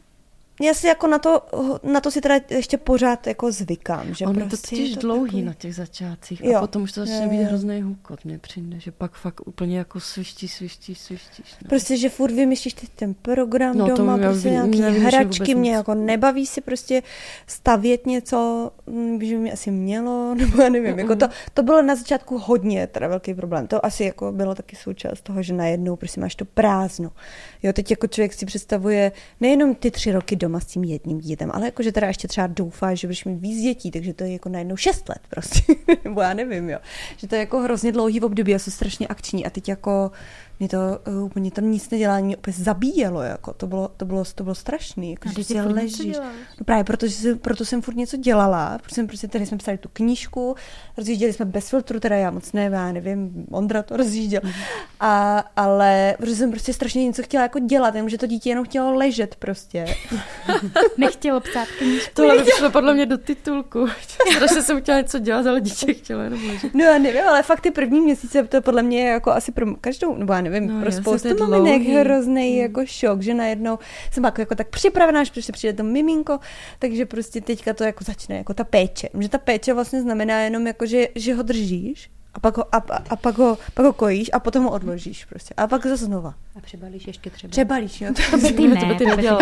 Já si jako na to si teda ještě pořád jako zvykám. Že ono prostě to totiž dlouhý takový... na těch začátcích a potom už to začne být hrozný hukot, mně přijde, že pak fakt úplně jako svištíš. No. Prostě, že furt vymyšlíš ten program doma, prostě nějaký hračky, mě jako nebaví si prostě stavět něco, že mi asi mělo, nebo já nevím, jako to bylo na začátku hodně teda velký problém. To asi jako bylo taky součást toho, že najednou prostě máš to prázdno. Jo, teď jako člověk si představuje nejenom ty 3 roky doma s tím jedním dítětem, ale jakože teda ještě třeba doufáš, že budeš mít víc dětí, takže to je jako najednou 6 let prostě, nebo já nevím, jo. Že to je jako hrozně dlouhý období a jsou strašně akční a teď jako mě to úplně to nic nedělání mě opět zabíjelo, jako to bylo strašný, jako, že si ležíš. No právě proto jsem furt něco dělala, protože tady jsme psali tu knížku, rozjížděli jsme bez filtru, teda já moc nevím, Ondra to rozjížděl, ale protože jsem prostě strašně něco chtěla jako dělat, jenomže to dítě jenom chtělo ležet prostě. Nechtělo psát knížku. Tohle by šlo podle mě do titulku. Strašně jsem chtěla něco dělat, ale dítě chtělo jenom ležet. No já nevím, ale fakt ty první měsíce to podle mě je jako asi pro každou, nebo já nevím, pro spoustu maminek hrozný jako šok, že najednou jsem jako tak připravená, že přijde to miminko, takže prostě teďka to jako začne, jako ta péče. Že ta péče vlastně znamená jenom jako, že ho držíš a pak ho kojíš a potom ho odložíš prostě. A pak zase znova. A přebalíš ještě třeba. Přebalíš, jo. To by ty nedělala.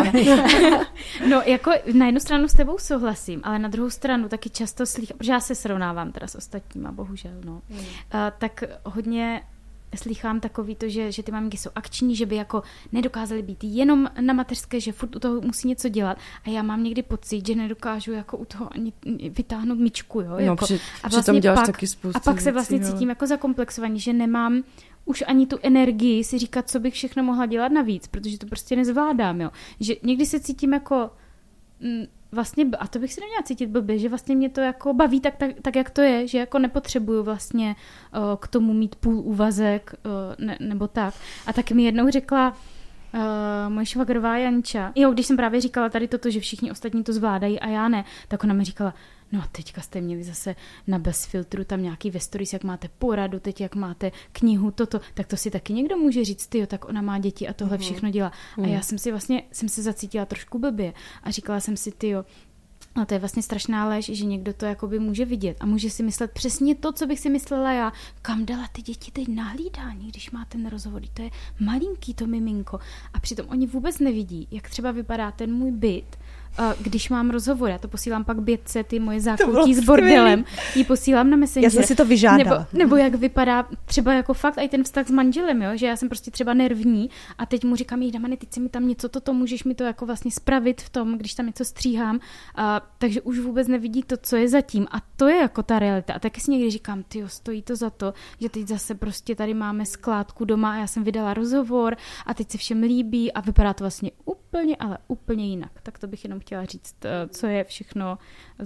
No, jako na jednu stranu s tebou souhlasím, ale na druhou stranu taky často slýchám, protože já se srovnávám teda s ostatníma, bohužel, no. Tak hodně slýchám takový to, že ty maminky jsou akční, že by jako nedokázaly být jenom na mateřské, že furt u toho musí něco dělat a já mám někdy pocit, že nedokážu jako u toho ani vytáhnout myčku, jo. Jako, No, a vlastně a pak se vlastně cítím jako zakomplexovaný, že nemám už ani tu energii si říkat, co bych všechno mohla dělat navíc, protože to prostě nezvládám, jo. Že někdy se cítím jako vlastně, a to bych si neměla cítit blbě, že vlastně mě to jako baví tak jak to je, že jako nepotřebuju vlastně k tomu mít půl úvazek nebo tak. A taky mi jednou řekla moje švagrová Janča, když jsem právě říkala tady toto, že všichni ostatní to zvládají a já ne, tak ona mi říkala, no a teďka jste měli zase na Bez filtru tam nějaký ve stories, jak máte poradu, teď jak máte knihu, toto, tak to si taky někdo může říct, tyjo, tak ona má děti a tohle všechno dělá. A já jsem se zacítila trošku blbě a říkala jsem si, tyjo, a to je vlastně strašná lež, že někdo to jakoby může vidět a může si myslet přesně to, co bych si myslela já. Kam dala ty děti teď na hlídání, když má ten rozhovor? To je malinký to miminko. A přitom oni vůbec nevidí, jak třeba vypadá ten můj byt, když mám rozhovor. Já to posílám pak Bětce, ty moje zákoutí s bordelem. Ji posílám na Messenger. Já jsem si to vyžádala. Nebo jak vypadá třeba jako fakt i ten vztah s manželem, jo? Že já jsem prostě třeba nervní a teď mu říkám, Damane, teď si mi tam něco, toto můžeš mi to jako vlastně spravit v tom, když tam něco stříhám. Takže už vůbec nevidí to, co je zatím. A to je jako ta realita. A taky si někdy říkám, tyjo, stojí to za to, že teď zase prostě tady máme skládku doma a já jsem vydala rozhovor a teď se všem líbí a vypadá to vlastně úplně jinak. Tak to bych jenom chtěla říct, co je všechno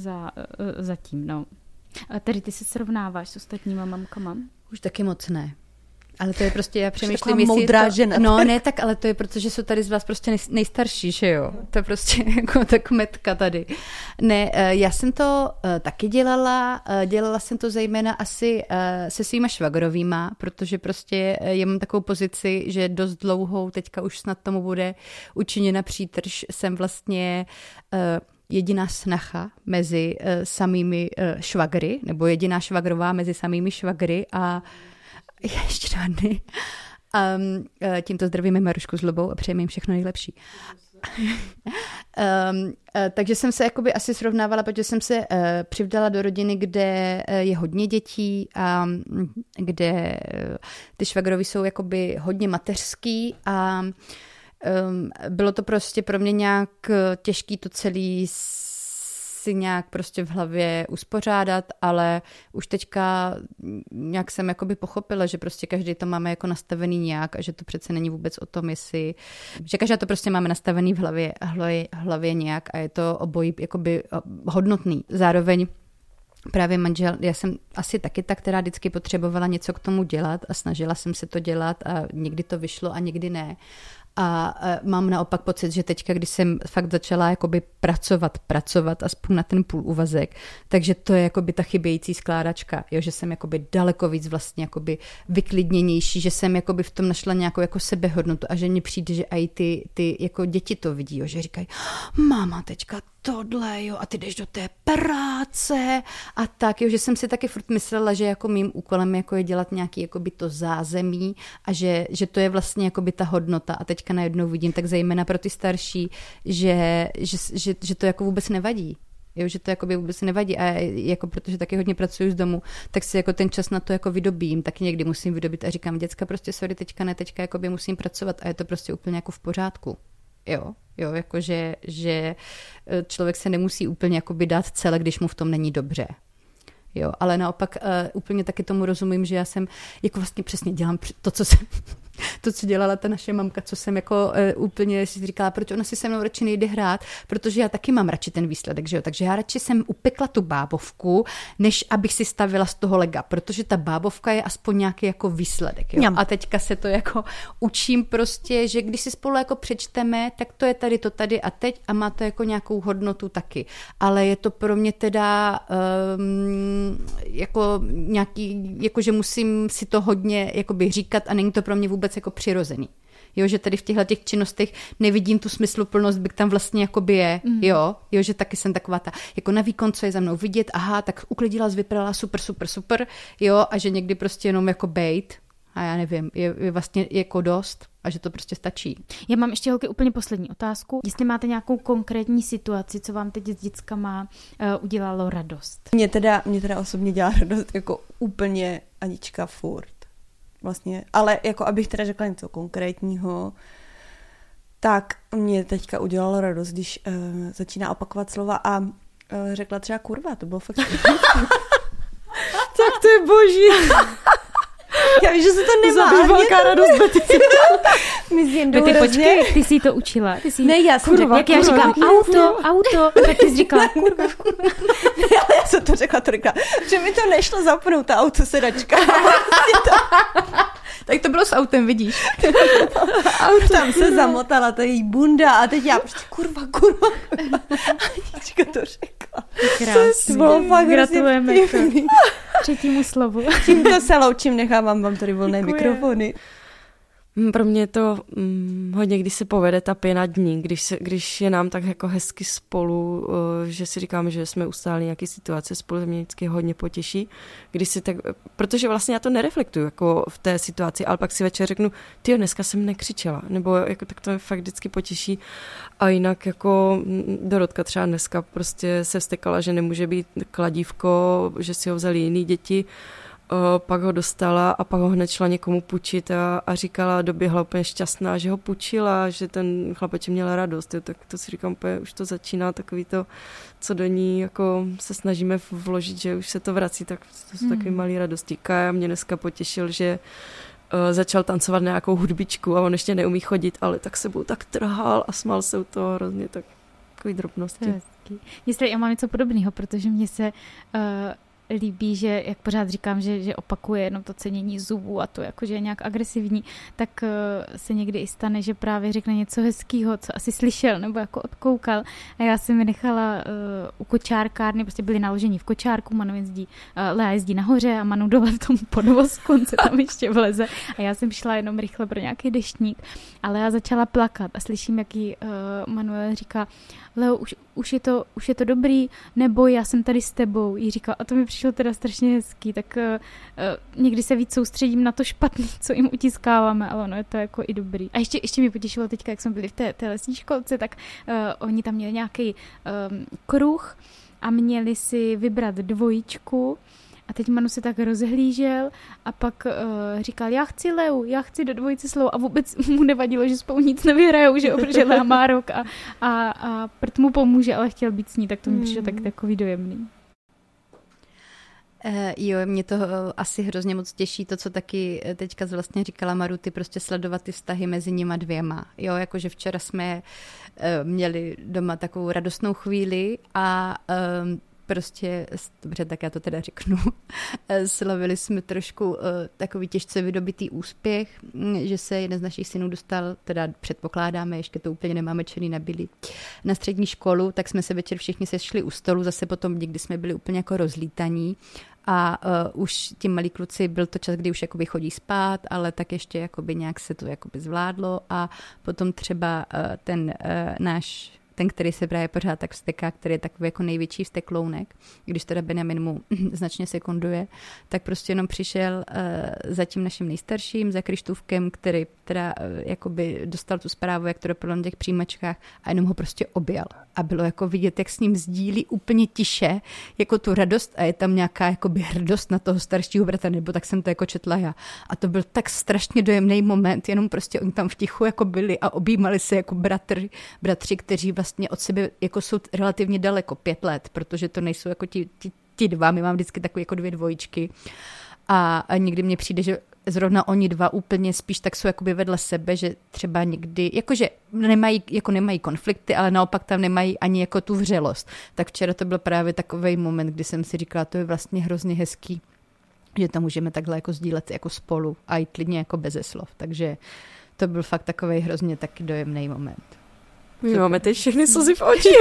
za tím, no. A tedy ty se srovnáváš s ostatníma mamkama? Už taky moc ne. Ale to je prostě, já přemýšlím, jestli moudrá to... žena. No ne, tak, ale to je proto, že jsou tady z vás prostě nejstarší, že jo? To je prostě jako tak metka tady. Ne, já jsem to taky dělala jsem to zejména asi se svýma švagrovýma, protože prostě já mám takovou pozici, že dost dlouhou, teďka už snad tomu bude učiněna přítrž, jsem vlastně jediná snacha mezi samými švagry, nebo jediná švagrová mezi samými švagry a ještě dny. Tímto zdravíme Marušku s Lubou a přejeme jim všechno nejlepší. Takže jsem se jakoby asi srovnávala, protože jsem se přivdala do rodiny, kde je hodně dětí a kde ty švagrovy jsou jakoby hodně mateřský a bylo to prostě pro mě nějak těžký to celý si nějak prostě v hlavě uspořádat, ale už teďka nějak jsem jakoby pochopila, že prostě každý to máme jako nastavený nějak a že to přece není vůbec o tom, že každá to prostě máme nastavený v hlavě nějak a je to obojí jakoby hodnotný. Zároveň právě manžel, já jsem asi taky ta, která vždycky potřebovala něco k tomu dělat a snažila jsem se to dělat a někdy to vyšlo a někdy ne. A mám naopak pocit, že teďka, když jsem fakt začala jakoby pracovat aspoň na ten půl úvazek, takže to je jakoby ta chybějící skládačka, jo, že jsem jakoby daleko víc vlastně jakoby vyklidněnější, že jsem jakoby v tom našla nějakou jako sebehodnotu a že mně přijde, že i ty jako děti to vidí, jo, že říkají, máma, teďka tohle, jo, a ty jdeš do té práce a tak, jo, že jsem si taky furt myslela, že jako mým úkolem jako je dělat nějaký jakoby to zázemí a že to je vlastně jakoby ta hodnota a teďka najednou vidím, tak zejména pro ty starší, že to jako vůbec nevadí. Jo, že to jakoby vůbec nevadí a jako protože taky hodně pracuji z domu, tak si jako ten čas na to jako vydobím, tak někdy musím vydobit a říkám, děcka prostě sorry, teďka ne, teďka jakoby musím pracovat a je to prostě úplně jako v pořádku. Jo, jakože že člověk se nemusí úplně jakoby dát celé, když mu v tom není dobře. Jo, ale naopak úplně taky tomu rozumím, že já jsem jako vlastně přesně dělám to, co jsem to, co dělala ta naše mamka, co jsem jako úplně si říkala, proč ona si se mnou radši nejde hrát, protože já taky mám radši ten výsledek, že jo, takže já radši jsem upekla tu bábovku, než abych si stavila z toho lega, protože ta bábovka je aspoň nějaký jako výsledek, jo. A teďka se to jako učím prostě, že když si spolu jako přečteme, tak to je tady a teď a má to jako nějakou hodnotu taky, ale je to pro mě teda jako nějaký, jako že musím si to hodně jakoby říkat a není to pro mě vůbec jako přirozený. Jo, že tady v těchto těch činnostech nevidím tu smysluplnost, byť tam vlastně jakoby je, jo, že taky jsem taková ta, jako na výkon, co je za mnou vidět, aha, tak uklidila, vyprala, super, jo, a že někdy prostě jenom jako bejt, a já nevím, je vlastně jako dost a že to prostě stačí. Já mám ještě, holky, úplně poslední otázku. Jestli máte nějakou konkrétní situaci, co vám teď s dětskama udělalo radost? Mě teda osobně dělá radost jako úplně Anička furt. Vlastně, ale jako abych teda řekla něco konkrétního, tak mě teďka udělalo radost, když začíná opakovat slova a řekla třeba kurva, to bylo fakt Tak to je boží. Já vím, že se to nemá. To velká radost, Betty. My s Jindou Betty, počkej, ty jsi to učila. Ne, já jsem řekla, jak já říkám auto, tak ty jsi říkala kurva. Ale já jsem to řekla tolikrát, že mi to nešlo zapnout, ta autosedačka. Tak to bylo s autem, vidíš. Tam se zamotala, to je její bunda a teď já prostě kurva. Anička to řekla. Krásný. Gratulujeme k třetímu slovu. Tímto se loučím, nechávám vám tady volné mikrofony. Pro mě je to hodně, když se povede ta pěna dní, když je nám tak jako hezky spolu, že si říkáme, že jsme ustáli nějaké situace spolu, mě vždycky hodně potěší, když si tak, protože vlastně já to nereflektuju jako v té situaci, ale pak si večer řeknu, tyjo, dneska jsem nekřičela, nebo jako tak to mě fakt vždycky potěší. A jinak jako Dorotka třeba dneska prostě se vztekala, že nemůže být kladívko, že si ho vzali jiný děti, pak ho dostala a pak ho hned šla někomu půjčit a říkala, doběhla úplně šťastná, že ho půjčila, že ten chlapeček měl radost, jo, tak to si říkám, už to začíná takový to, co do ní jako se snažíme vložit, že už se to vrací, tak to jsou takový malý radosti. Kaja mě dneska potěšil, že začal tancovat nějakou hudbičku a on ještě neumí chodit, ale tak sebou tak trhal a smál se u toho hrozně, tak takový drobnosti. Já mám něco podobného, protože mě se líbí, že jak pořád říkám, že opakuje jenom to cenění zubů a to jakože je nějak agresivní, tak se někdy i stane, že právě řekne něco hezkýho, co asi slyšel nebo jako odkoukal a já jsem mi nechala u kočárkárny, prostě byli naložení v kočárku, Manu Lea jezdí nahoře a Manu dole v tom podvozku, on se tam ještě vleze a já jsem šla jenom rychle pro nějaký deštník, ale já začala plakat a slyším, jak jí Manuel říká, Leo, už je to dobrý, neboj, já jsem tady s tebou. Jí říkal, a to mi přišlo teda strašně hezký, tak někdy se víc soustředím na to špatný, co jim utiskáváme, ale ono je to jako i dobrý. A ještě mi potěšilo teďka, jak jsme byli v té lesní školce, tak oni tam měli nějaký kruh a měli si vybrat dvojičku. A teď Manu se tak rozhlížel a pak říkal, já chci Leu, já chci do dvojice s Leu a vůbec mu nevadilo, že spolu nic nevyhrajou, že protože Lea má rok a prd mu pomůže, ale chtěl být s ní, tak to mi přišlo tak takový dojemný. Jo, mě to asi hrozně moc těší, to, co taky teďka vlastně říkala Maru, ty prostě sledovat ty vztahy mezi nima dvěma. Jo, jakože včera jsme měli doma takovou radostnou chvíli a prostě, dobře, tak já to teda řeknu, slavili jsme trošku takový těžce vydobitý úspěch, že se jeden z našich synů dostal, teda předpokládáme, ještě to úplně nemáme černý nabili, na střední školu, tak jsme se večer všichni sešli u stolu, zase potom někdy jsme byli úplně jako rozlítaní a už ti malí kluci, byl to čas, kdy už jakoby chodí spát, ale tak ještě jakoby nějak se to jakoby zvládlo a potom třeba ten náš ten, který se právě pořád tak vzteká, který je takový jako největší vzteklounek, když teda Benjamin mu značně sekunduje, tak prostě jenom přišel za tím naším nejstarším, za Krištůvkem, který teda jakoby dostal tu zprávu, jak to dopadlo na těch přijímačkách a jenom ho prostě objal. A bylo jako vidět, jak s ním sdílí úplně tiše jako tu radost a je tam nějaká jakoby hrdost na toho staršího bratra, nebo tak jsem to jako četla já. A to byl tak strašně dojemný moment, jenom prostě oni tam v tichu jako byli a objímali se jako bratři, kteří vlastně od sebe jako jsou relativně daleko, 5 let, protože to nejsou jako ti dva, my mám vždycky takový jako 2 dvojičky. A někdy mně přijde, že zrovna oni dva úplně spíš tak jsou jakoby vedle sebe, že třeba někdy, jakože nemají konflikty, ale naopak tam nemají ani jako tu vřelost. Tak včera to byl právě takovej moment, kdy jsem si říkala, to je vlastně hrozně hezký, že to můžeme takhle jako sdílet jako spolu a i klidně jako beze slov. Takže to byl fakt takovej hrozně taky dojemný moment. My máme teď všechny slzy v očích.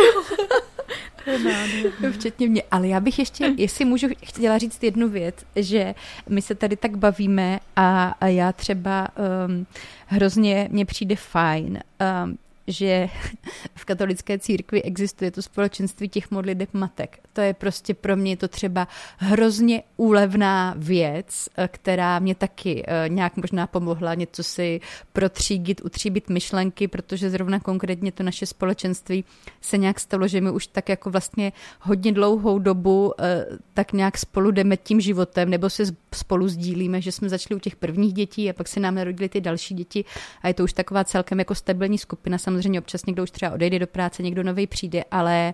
Včetně mě. Ale já bych ještě, jestli můžu, chtěla říct jednu věc, že my se tady tak bavíme a já třeba hrozně mně přijde fajn, že v katolické církvi existuje to společenství těch modliteb matek. To je prostě pro mě to třeba hrozně úlevná věc, která mě taky nějak možná pomohla něco si protřídit, utříbit myšlenky, protože zrovna konkrétně to naše společenství se nějak stalo, že my už tak jako vlastně hodně dlouhou dobu tak nějak spolu jdeme tím životem, nebo se spolu sdílíme, že jsme začali u těch prvních dětí a pak se nám narodily ty další děti a je to už taková celkem jako stabilní skupina. Samozřejmě občas někdo už třeba odejde do práce, někdo novej přijde, ale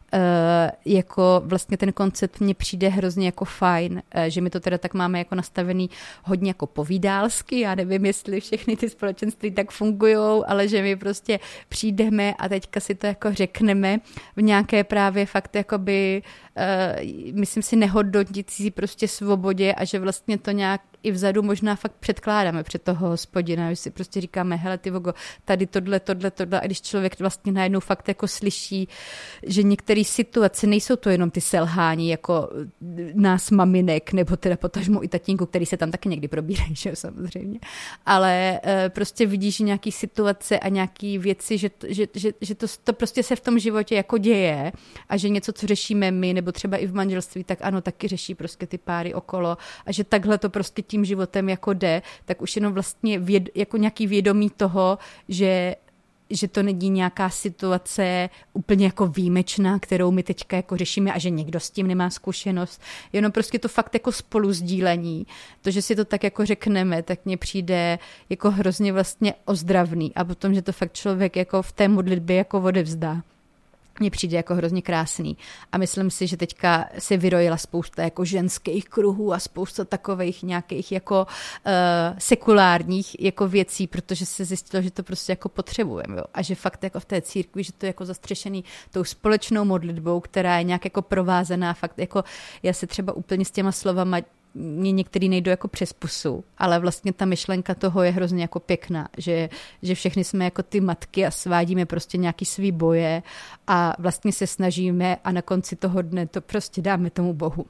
jako vlastně ten koncept mně přijde hrozně jako fajn, že my to teda tak máme jako nastavený hodně jako povídálsky, já nevím, jestli všechny ty společenství tak fungujou, ale že my prostě přijdeme a teďka si to jako řekneme v nějaké právě fakt jakoby, myslím si nehodnotící prostě svobodě a že vlastně to nějak i vzadu možná fakt předkládáme před toho Hospodina, že si prostě říkáme, hele ty vogo, tady tohle a když člověk vlastně najednou fakt jako slyší, že některé situace nejsou to jenom ty selhání jako nás maminek, nebo teda potažmo i tatínku, který se tam taky někdy probírají, že jo, samozřejmě, ale prostě vidíš nějaký situace a nějaký věci, že to prostě se v tom životě jako děje a že něco, co řešíme my, nebo třeba i v manželství, tak ano, taky řeší prostě ty páry okolo a že takhle to prostě tím životem jako jde, tak už jenom vlastně jako nějaký vědomí toho, že to není nějaká situace úplně jako výjimečná, kterou my teďka jako řešíme a že někdo s tím nemá zkušenost. Jenom prostě to fakt jako spolu sdílení. To, že si to tak jako řekneme, tak mně přijde jako hrozně vlastně ozdravný a potom, že to fakt člověk jako v té modlitbě jako odevzdá. Mně přijde jako hrozně krásný. A myslím si, že teďka se vyrojila spousta jako ženských kruhů a spousta takových nějakých jako sekulárních jako věcí, protože se zjistilo, že to prostě jako potřebujeme. Jo? A že fakt jako v té církvi, že to je jako zastřešený tou společnou modlitbou, která je nějak jako provázaná. Fakt jako já se třeba úplně s těma slovama mě některý nejdou jako přes pusu, ale vlastně ta myšlenka toho je hrozně jako pěkná, že všechny jsme jako ty matky a svádíme prostě nějaký svý boje a vlastně se snažíme a na konci toho dne to prostě dáme tomu Bohu.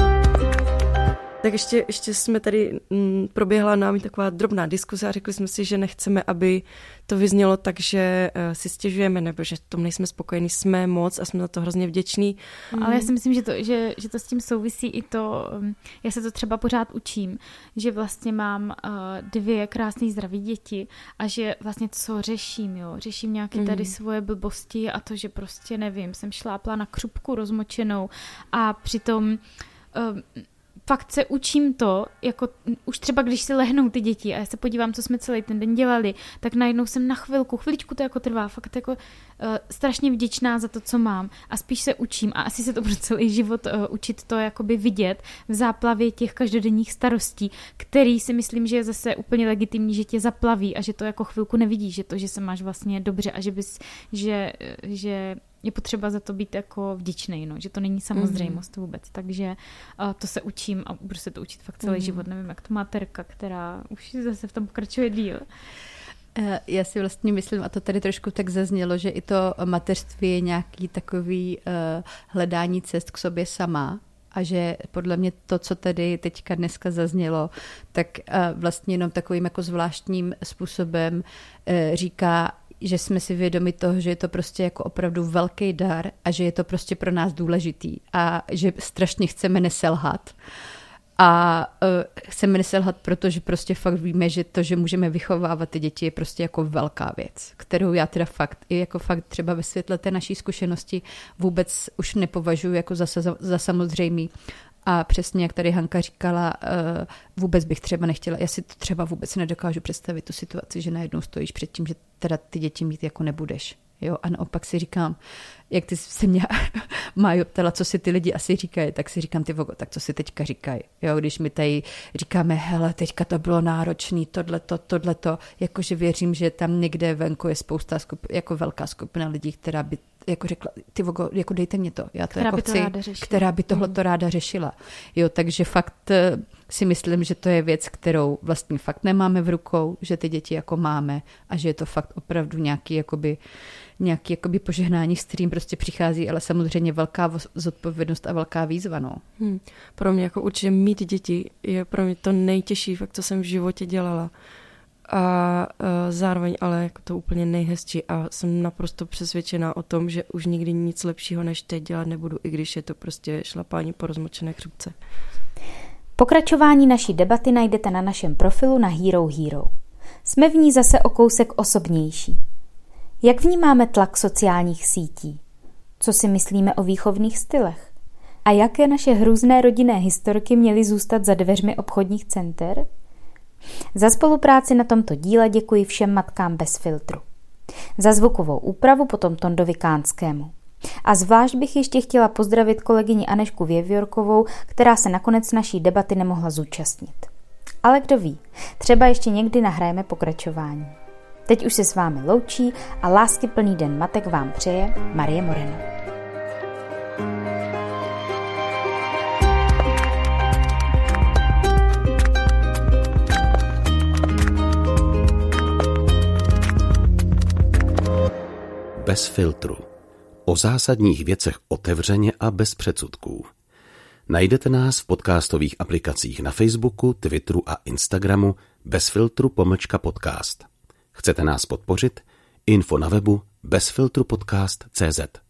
Tak ještě jsme tady, proběhla námi taková drobná diskuse a řekli jsme si, že nechceme, aby to vyznělo tak, že si stěžujeme nebo že v tom nejsme spokojení, jsme moc a jsme za to hrozně vděční. Ale já si myslím, že to s tím souvisí i to, já se to třeba pořád učím, že vlastně mám 2 krásné zdraví děti a že vlastně co řeším, řeším nějaké tady svoje blbosti a to, že prostě nevím, jsem šlápla na křupku rozmočenou a přitom fakt se učím to, jako už třeba když si lehnou ty děti a já se podívám, co jsme celý ten den dělali, tak najednou jsem na chviličku to jako trvá, fakt jako strašně vděčná za to, co mám a spíš se učím a asi se to pro celý život učit to jakoby vidět v záplavě těch každodenních starostí, který si myslím, že je zase úplně legitimní, že tě zaplaví a že to jako chvilku nevidíš, že to, že se máš vlastně dobře a že je potřeba za to být jako vděčnej, že to není samozřejmost vůbec, takže to se učím a budu se to učit fakt celý život, nevím, jak to má Terka, která už zase v tom pokračuje díl. Já si vlastně myslím, a to tady trošku tak zaznělo, že i to mateřství je nějaký takový hledání cest k sobě sama a že podle mě to, co tady teďka dneska zaznělo, tak vlastně jenom takovým jako zvláštním způsobem říká, že jsme si vědomi toho, že je to prostě jako opravdu velký dar a že je to prostě pro nás důležitý a že strašně chceme neselhat. A chceme neselhat, protože prostě fakt víme, že to, že můžeme vychovávat ty děti, je prostě jako velká věc, kterou já teda fakt, i jako fakt třeba ve světle té naší zkušenosti vůbec už nepovažuji jako za samozřejmý. A přesně, jak tady Hanka říkala, vůbec bych třeba nechtěla, já si to třeba vůbec nedokážu představit tu situaci, že najednou stojíš před tím, že teda ty děti mít jako nebudeš. Jo? A naopak si říkám, jak ty se mě Májo ptala, co si ty lidi asi říkají, tak si říkám, ty vogo, tak co si teďka říkají. Jo, když my tady říkáme, hele, teďka to bylo náročný, tohleto, jakože věřím, že tam někde venku je spousta jako velká skupina lidí, která by jako řekla, ty vogo, jako dejte mě to, já to která jako by to chci, ráda řešila. která by tohleto ráda řešila. Jo, takže fakt si myslím, že to je věc, kterou vlastně fakt nemáme v rukou, že ty děti jako máme a že je to fakt opravdu nějaký jakoby požehnání, s kterým prostě přichází, ale samozřejmě velká zodpovědnost a velká výzva, no. Pro mě jako určitě mít děti je pro mě to nejtěžší, fakt, co jsem v životě dělala. A zároveň ale jako to úplně nejhezčí a jsem naprosto přesvědčená o tom, že už nikdy nic lepšího než teď dělat nebudu, i když je to prostě šlapání po rozmočené chřipce. Pokračování naší debaty najdete na našem profilu na Hero Hero. Jsme v ní zase o kousek osobnější. Jak vnímáme tlak sociálních sítí? Co si myslíme o výchovných stylech? A jaké naše hrůzné rodinné historky měly zůstat za dveřmi obchodních center? Za spolupráci na tomto díle děkuji všem matkám bez filtru. Za zvukovou úpravu potom Tondovi Kánskému. A zvlášť bych ještě chtěla pozdravit kolegyni Anežku Věvjorkovou, která se nakonec naší debaty nemohla zúčastnit. Ale kdo ví, třeba ještě někdy nahrajeme pokračování. Teď už se s vámi loučí a láskyplný den matek vám přeje Marie Moreno. Bez filtru. O zásadních věcech otevřeně a bez předsudků. Najdete nás v podcastových aplikacích na Facebooku, Twitteru a Instagramu bezfiltru_podcast. Chcete nás podpořit? Info na webu bezfiltrupodcast.cz